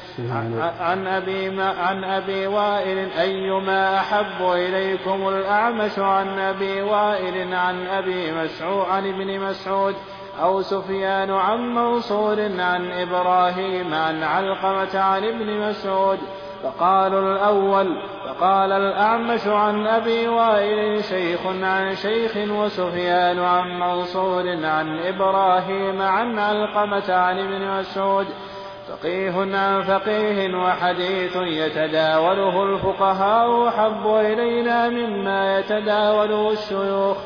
[SPEAKER 2] عن أبي وائل: أيما أحب إليكم الأعمش عن أبي وائل عن ابن مسعود، أو سفيان عن منصور عن إبراهيم عن علقمة عن ابن مسعود؟ فقالوا الأول. فقال الأعمش عن أبي وائل شيخ عن شيخ، وسفيان عن منصور عن إبراهيم عن علقمة عن ابن مسعود. فقيه عن فقيه، وحديث يتداوله الفقهاء أحب إلينا مما يتداوله الشيوخ.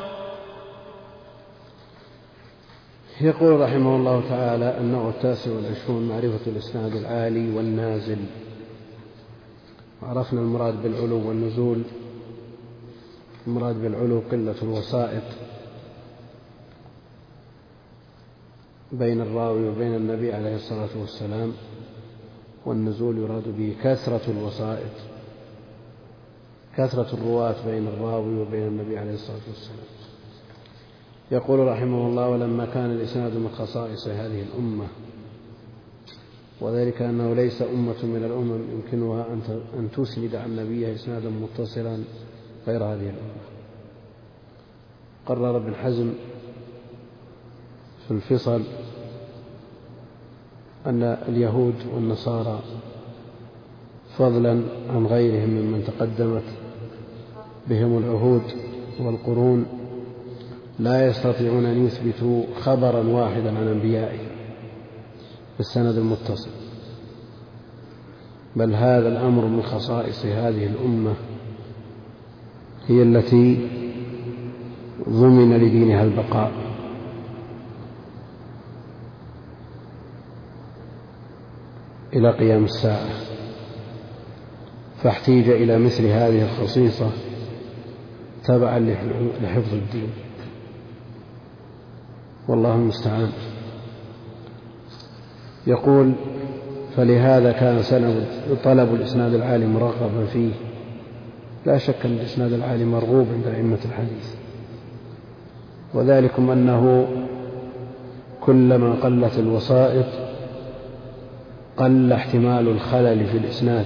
[SPEAKER 1] يقول رحمه الله تعالى: النوع 29 معرفة الإسناد العالي والنازل. وعرفنا المراد بالعلو والنزول المراد بالعلو قلة الوسائط بين الراوي وبين النبي عليه الصلاة والسلام، والنزول يراد به كثرة الوسائط، كثرة الرواة بين الراوي وبين النبي عليه الصلاة والسلام. يقول رحمه الله: ولما كان الإسناد من خصائص هذه الأمة، وذلك أنه ليس أمة من الأمم يمكنها أن تسند عن نبيها إسنادا متصلا غير هذه الأمة. قرر ابن حزم في الفصل أن اليهود والنصارى فضلا عن غيرهم ممن تقدمت بهم العهود والقرون لا يستطيعون أن يثبتوا خبرا واحدا عن أنبيائهم بالسند المتصل، بل هذا الأمر من خصائص هذه الأمة، هي التي ضمن لدينها البقاء. إلى قيام الساعة، فاحتيج إلى مثل هذه الخصيصة تبعا لحفظ الدين، والله المستعان. يقول: فلهذا كان طلب الإسناد العالي مرغبا فيه. لا شك أن الإسناد العالي مرغوب عند أئمة الحديث، وذلكم أنه كلما قلت الوسائط قل احتمال الخلل في الإسناد.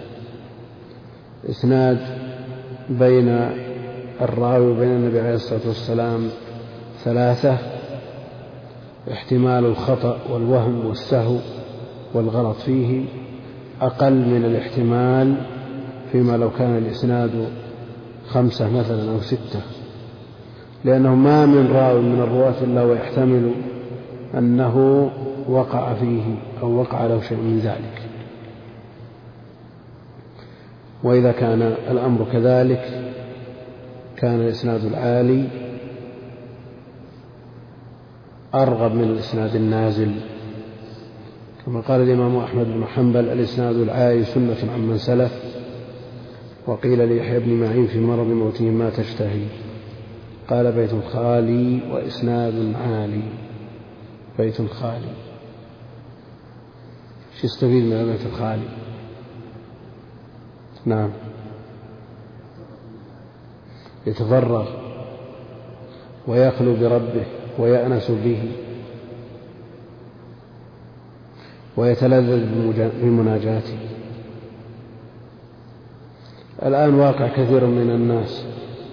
[SPEAKER 1] إسناد بين الراوي وبين النبي عليه الصلاة والسلام 3، احتمال الخطأ والوهم والسهو والغلط فيه أقل من الاحتمال فيما لو كان الإسناد 5 مثلا أو 6، لأنه ما من راوي من الرواة إلا ويحتمل أنه وقع فيه أو وقع له شيء من ذلك. وإذا كان الأمر كذلك كان الإسناد العالي أرغب من الإسناد النازل، كما قال الإمام أحمد بن حنبل: الإسناد العالي سنة عمن سلف. وقيل ليحيى بن معين في مرض موته: ما تشتهي؟ قال: بيت خالي وإسناد عالي. بيت خالي، شو يستفيد من البيت الخالي؟ نعم، يتفرغ ويخلو بربه ويأنس به ويتلذذ بمناجاته. الآن واقع كثير من الناس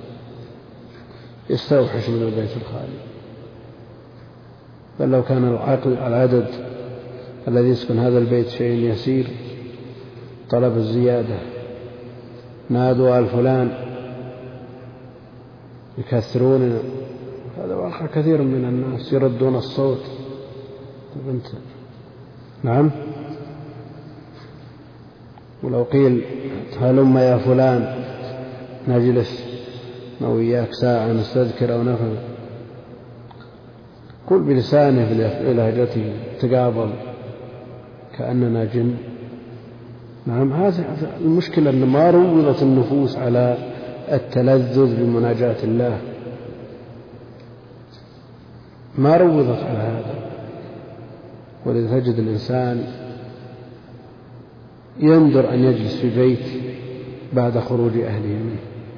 [SPEAKER 1] يستوحش من البيت الخالي، بل لو كان العدد الذي يسكن هذا البيت شيء يسير طلب الزيادة، نادوا على فلان يكثرون. هذا واقع كثير من الناس يردون الصوت. نعم، ولو قيل: هلم يا فلان نجلس وإياك ساعة نستذكر أو نفهم، قل بلسانه بلهجته تقابل كأننا جن. نعم، هذا المشكلة، أن ما روضت النفوس على التلذذ بمناجاة الله، ما روضت على هذا. ولذا تجد الإنسان يندر أن يجلس في بيت بعد خروج أهله منه،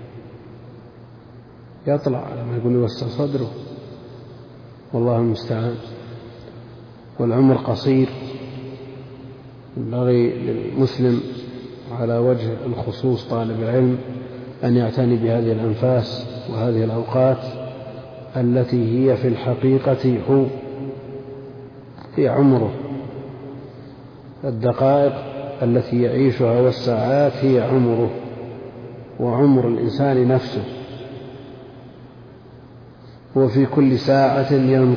[SPEAKER 1] يطلع على ما يقول يوسع صدره، والله المستعان. والعمر قصير، ينبغي للمسلم على وجه الخصوص طالب العلم أن يعتني بهذه الأنفاس وهذه الأوقات التي هي في الحقيقة هي عمره. الدقائق التي يعيشها والساعات هي عمره، وعمر الإنسان نفسه، وفي كل ساعة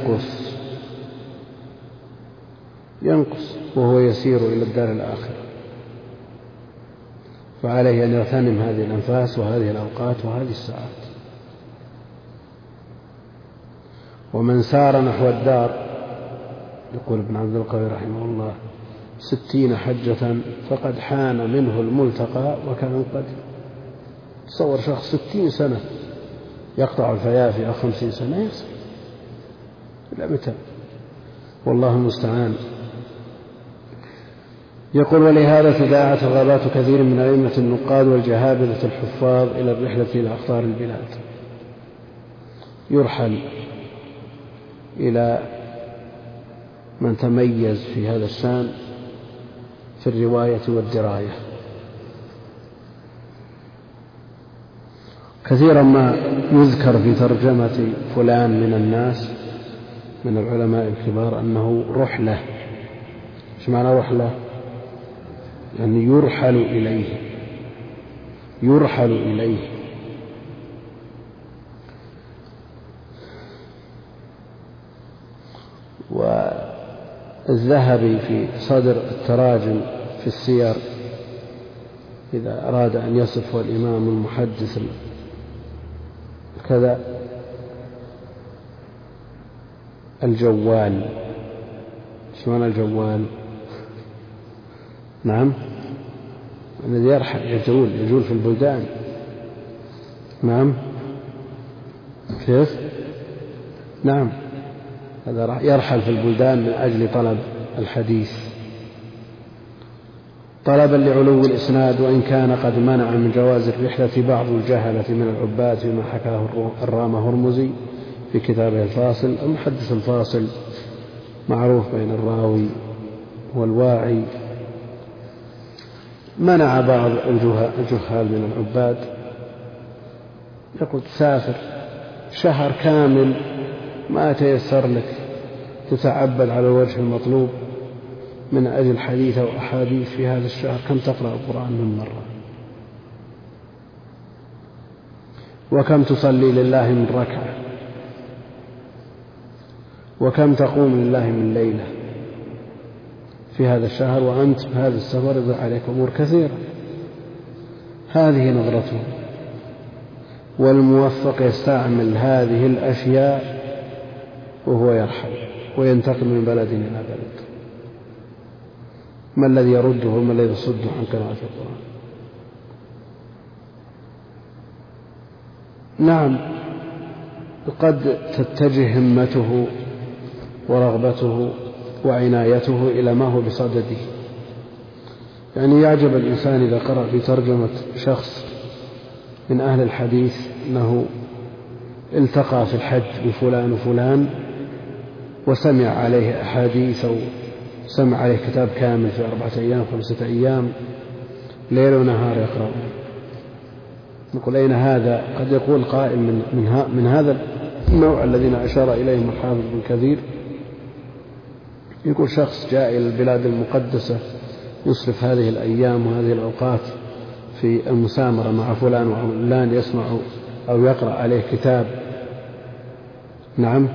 [SPEAKER 1] ينقص وهو يسير إلى الدار الآخرة. فعليه أن يغتنم هذه الأنفاس وهذه الأوقات وهذه الساعات. ومن سار نحو الدار، يقول ابن عبد القوي رحمه الله: 60 حجة فقد حان منه الملتقى وكان قد. تصور شخص 60 سنة يقطع الفيافي 50 سنة يصل إلى متى؟ والله المستعان. يقول: ولهذا تداعت رغبات كثير من أئمة النقاد والجهابذة الحفاظ إلى الرحلة إلى أقطار البلاد، يرحل إلى من تميز في هذا الشأن في الرواية والدراية. كثيرا ما يذكر في ترجمة فلان من الناس من العلماء الكبار أنه رحلة. إيش معنى رحلة؟ يعني يرحل إليه، يرحل إليه. والذهبي في صدر التراجم في السير إذا أراد أن يصف الإمام المحدث كذا: الجوال. ايش معنى الجوال؟ نعم، الذي يرحل، يجول في البلدان. نعم، كيف؟ نعم، هذا يرحل في البلدان من أجل طلب الحديث، طلبا لعلو الإسناد، وإن كان قد منع من جواز الرحلة بعض الجهلة من العباد فيما حكاه الرام هرمزي في كتابه الفاصل. المحدث الفاصل معروف بين الراوي والواعي. منع بعض الجهال من العباد، يقول: تسافر شهر كامل ما تيسر لك تتعبد على الوجه المطلوب من أجل حديث أو أحاديث في هذا الشهر، كم تقرأ القرآن من مرة؟ وكم تصلي لله من ركعة؟ وكم تقوم لله من ليلة في هذا الشهر؟ وأنت بهذا السفر يضيع عليك أمور كثيرة. هذه نظرته. والموفق يستعمل هذه الأشياء وهو يرحل وينتقل من بلد إلى بلد. ما الذي يرده وما الذي يصده عن قراءة القرآن؟ نعم، قد تتجه همته ورغبته وعنايته إلى ما هو بصدده. يعني يعجب الإنسان إذا قرأ في ترجمة شخص من أهل الحديث أنه التقى في الحج بفلان وفلان وسمع عليه أحاديث أو سمع عليه كتاب كامل في 4 أيام 5 أيام ليل ونهار يقرأ. نقول: أين هذا؟ قد يقول قائل من هذا النوع الذين أشار إليهم الحافظ بن كثير، يقول: شخص جاء إلى البلاد المقدسة يصرف هذه الأيام وهذه الأوقات في المسامرة مع فلان وعلان يسمع أو يقرأ عليه كتاب. نعم،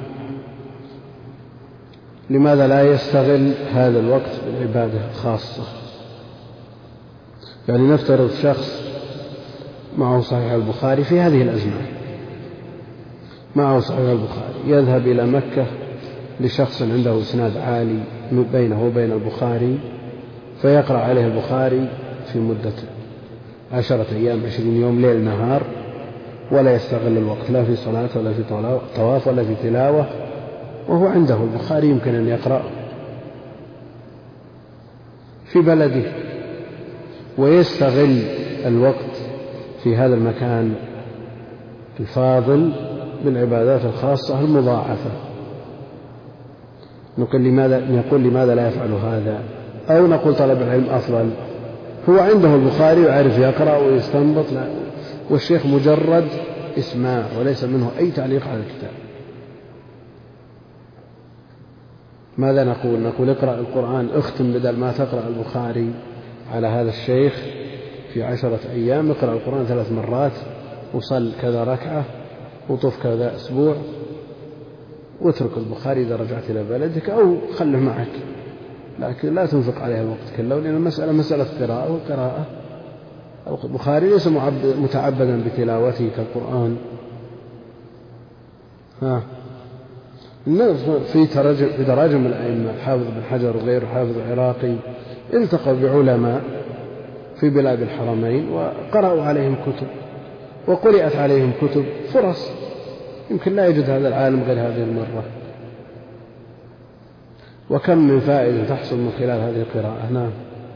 [SPEAKER 1] لماذا لا يستغل هذا الوقت بالعبادة الخاصة؟ يعني نفترض شخص معه صحيح البخاري في هذه الأزمان، معه صحيح البخاري، يذهب إلى مكة لشخص عنده إسناد عالي بينه وبين البخاري فيقرأ عليه البخاري في مدة 10 أيام 20 يوم ليل نهار، ولا يستغل الوقت لا في صلاة ولا في طواف ولا في تلاوة، وهو عنده البخاري يمكن أن يقرأ في بلده، ويستغل الوقت في هذا المكان الفاضل بالعبادات الخاصة المضاعفة. نقول لماذا لا يفعل هذا؟ أو نقول طلب العلم أفضل، هو عنده البخاري ويعرف يقرأ ويستنبط، والشيخ مجرد إسماع وليس منه أي تعليق على الكتاب. ماذا نقول؟ نقول: اقرأ القرآن، اختم بدل ما تقرأ البخاري على هذا الشيخ في 10 أيام، اقرأ القرآن 3 مرات وصل كذا ركعة وطف كذا أسبوع، واترك البخاري إذا رجعت إلى بلدك أو خله معك، لكن لا تنفق عليه الوقت كله، لأن المسألة مسألة قراءة، وقراءة البخاري ليس متعبدا بتلاوته كالقرآن. في تراجم الأئمة حافظ بن حجر وغيره حافظ العراقي التقوا بعلماء في بلاد الحرمين وقرأوا عليهم كتب وقرأت عليهم كتب، فرص يمكن لا يوجد هذا العالم غير هذه المرة. وكم من فائدة تحصل من خلال هذه القراءة. نعم.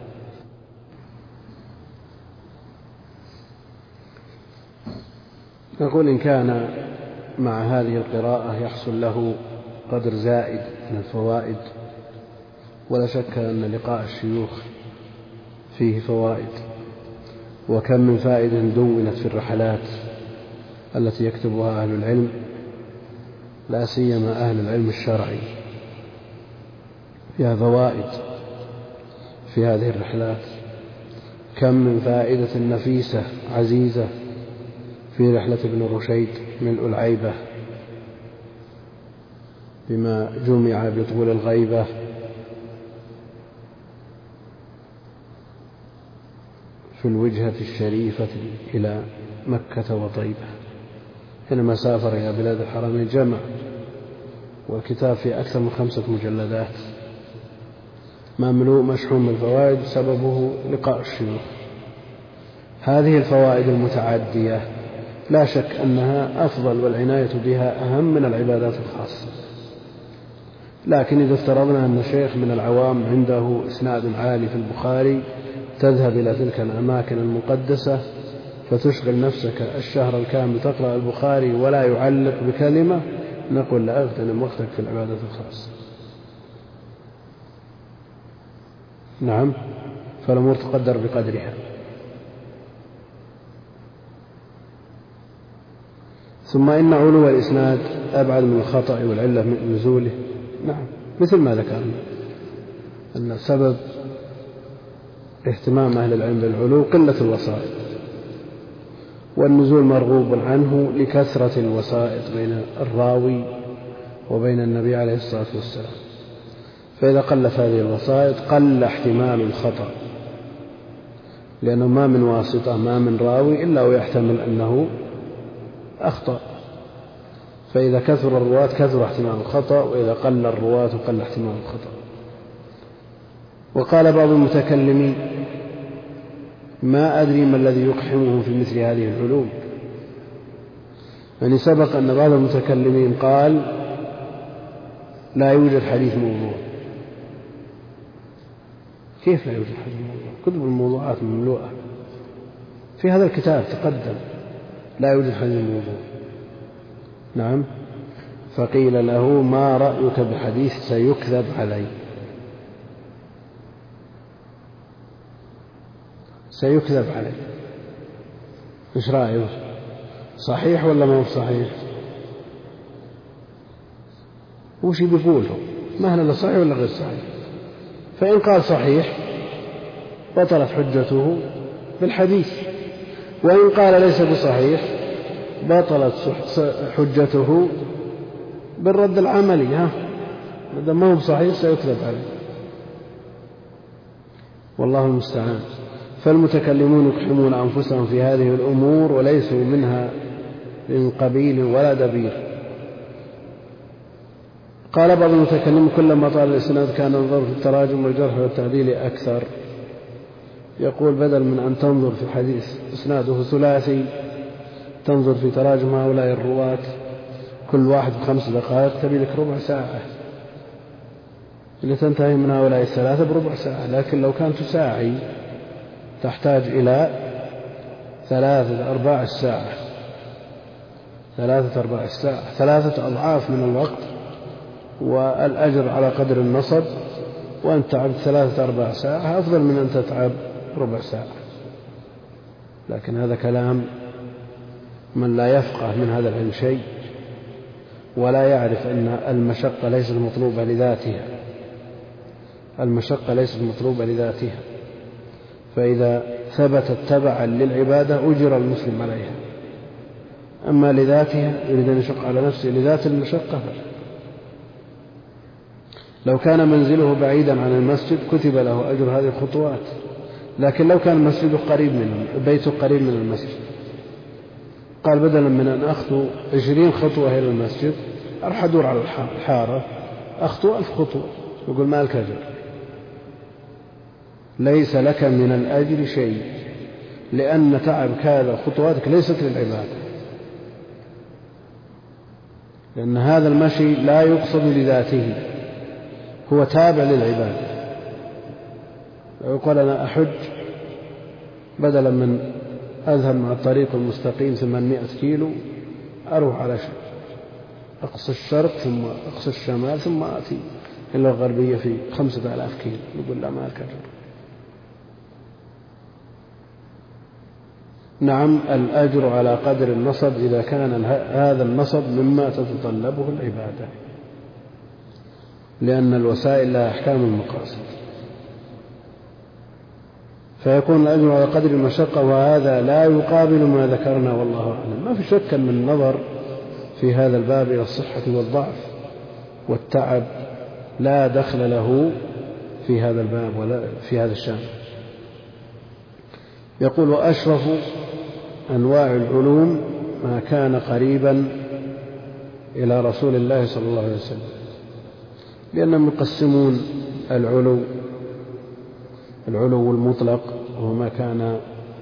[SPEAKER 1] نقول إن كان مع هذه القراءة يحصل له قدر زائد من الفوائد، ولا شك أن لقاء الشيوخ فيه فوائد، وكم من فائدة دونت في الرحلات التي يكتبها أهل العلم، لا سيما أهل العلم الشرعي، فيها فوائد في هذه الرحلات. كم من فائدة نفيسة عزيزة في رحلة ابن رشيد ملء العيبة بما جمع بطول الغيبة في الوجهة الشريفة إلى مكة وطيبة. حينما سافر إلى بلاد الحرمين جمع، والكتاب في أكثر من 5 مجلدات مملوء مشحون بالفوائد، سببه لقاء الشيوخ. هذه الفوائد المتعدية لا شك أنها أفضل، والعناية بها أهم من العبادات الخاصة. لكن إذا افترضنا أن شيخ من العوام عنده إسناد عالي في البخاري، تذهب إلى تلك الأماكن المقدسة فتشغل نفسك الشهر الكامل تقرأ البخاري ولا يعلق بكلمة، نقول لا، اغتنم وقتك في العبادات الخاصة. نعم، فالأمور تقدر بقدرها. ثم إن علو الإسناد أبعد من الخطأ والعلة من نزوله. نعم، مثل ما ذكرنا أن سبب اهتمام أهل العلم بالعلو قلة الوسائط، والنزول مرغوب عنه لكثرة الوسائط بين الراوي وبين النبي عليه الصلاة والسلام. فإذا قلت هذه الوسائط قل احتمال الخطأ، لأنه ما من واسطة، ما من راوي إلا ويحتمل أنه أخطأ. فإذا كثر الرواة كثر احتمال الخطأ، وإذا قل الرواة قل احتمال الخطأ. وقال بعض المتكلمين: ما أدري ما الذي يقحمهم في مثل هذه العلوم. يعني سبق أن بعض المتكلمين قال: لا يوجد حديث موضوع. كيف لا يوجد حديث موضوع؟ كتب الموضوعات مملوءة. في هذا الكتاب تقدم لا يوجد حديث موضوع. نعم. فقيل له: ما رأيك بحديث سيكذب عليه؟ سيكذب عليه، إيش رأيه؟ صحيح ولا ما هو صحيح؟ وش بيقوله؟ ما هل صحيح ولا غير صحيح؟ فإن قال صحيح بطلت حجته بالحديث، وإن قال ليس بصحيح بطلت حجته بالرد العملي. إذا ما هو بصحيح سيكذب عليه، والله المستعان. فالمتكلمون يقحمون أنفسهم في هذه الأمور وليسوا منها من قبيل ولا دبير. قال بعض المتكلمين: كلما طال الإسناد كان النظر في التراجم والجرح والتعديل أكثر. يقول: بدل من أن تنظر في حديث إسناده ثلاثي تنظر في تراجم هؤلاء الرواة كل واحد ب5 دقائق، تبي لك ربع ساعة لتنتهي من هؤلاء الثلاثة بربع ساعة. لكن لو كانت ساعي تحتاج إلى 3-4 ساعة، 3 أضعاف من الوقت، والأجر على قدر النصب. وأن تعبت 3-4 ساعة أفضل من أن تتعب ربع ساعة. لكن هذا كلام من لا يفقه من هذا العلم شيء، ولا يعرف أن المشقة ليست مطلوبة لذاتها. المشقة ليست مطلوبة لذاتها، فإذا ثبتت تبعا للعبادة أجر المسلم عليها. أما لذاتها يريد أن يشق على نفسه لذات المشقة، لو كان منزله بعيدا عن المسجد كتب له أجر هذه الخطوات. لكن لو كان مسجده قريب منه، بيته قريب من المسجد، قال: بدلا من أن أخطو 20 خطوة إلى المسجد أروح أدور على الحارة أخطو 1000 خطوة، يقول: ما لك أجر. ليس لك من الأجر شيء، لأن تعبك هذا خطواتك ليست للعبادة. لأن هذا المشي لا يقصد لذاته، هو تابع للعبادة. يقول أنا أحج بدلا من أذهب مع الطريق المستقيم 800 كيلو أروح على أقصى الشرق ثم أقصى الشمال ثم آتي إلى الغربية في 5000 كيلو، يقول لا ما الكرر. نعم الأجر على قدر النصب إذا كان هذا النصب مما تتطلبه العبادة، لأن الوسائل لها أحكام المقاصد، فيكون الأجر على قدر المشقة، وهذا لا يقابل ما ذكرنا والله أعلم. ما في شك من النظر في هذا الباب إلى الصحة والضعف والتعب لا دخل له في هذا الباب ولا في هذا الشأن. يقول وأشرف أنواع العلوم ما كان قريبا إلى رسول الله صلى الله عليه وسلم، لأنهم يقسمون العلو المطلق وهو ما كان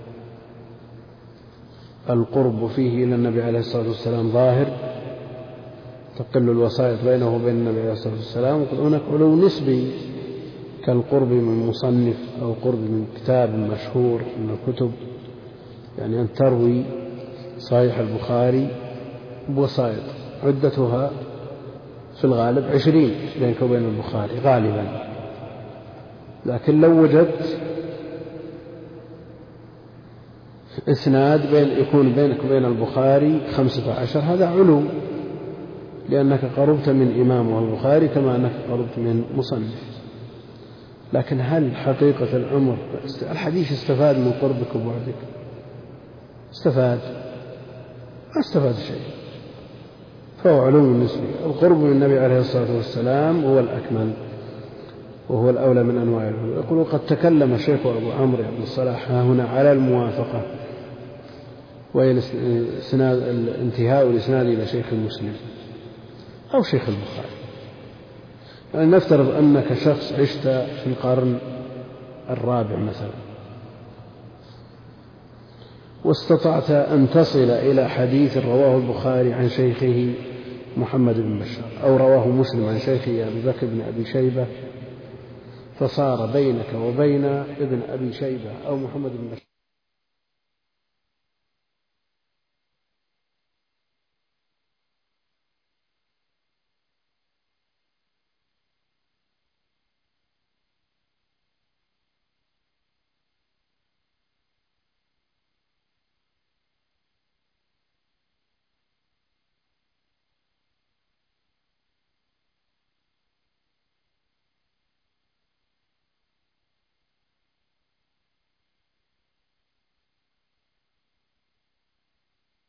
[SPEAKER 1] القرب فيه إلى النبي عليه الصلاة والسلام ظاهر، تقل الوسائط بينه وبين النبي عليه الصلاة والسلام. وقد هناك علو نسبي كالقرب من مصنف أو قرب من كتاب مشهور من الكتب، يعني أن تروي صحيح البخاري بوسائط عدتها في الغالب 20 بينك وبين البخاري غالبا، لكن لو وجدت إسناد يكون بينك وبين البخاري 15 هذا علو، لأنك قربت من إمامه البخاري كما أنك قربت من مصنف. لكن هل حقيقة الأمر الحديث استفاد من قربك وبعدك؟ استفاد؟ ما استفاد شيء، فهو علو نسبي. القرب من النبي عليه الصلاة والسلام هو الأكمل وهو الأولى من أنواع العلو. يقول قد تكلم الشيخ أبو عمرو بن الصلاح هنا على الموافقة، وهي الانتهاء الإسناد إلى شيخ مسلم أو شيخ البخاري. يعني نفترض أنك شخص عشت في القرن الرابع مثلا، واستطعت أن تصل إلى حديث رواه البخاري عن شيخه محمد بن بشار، أو رواه مسلم عن شيخه أبي بكر بن أبي شيبة، فصار بينك وبين ابن أبي شيبة أو محمد بن بشار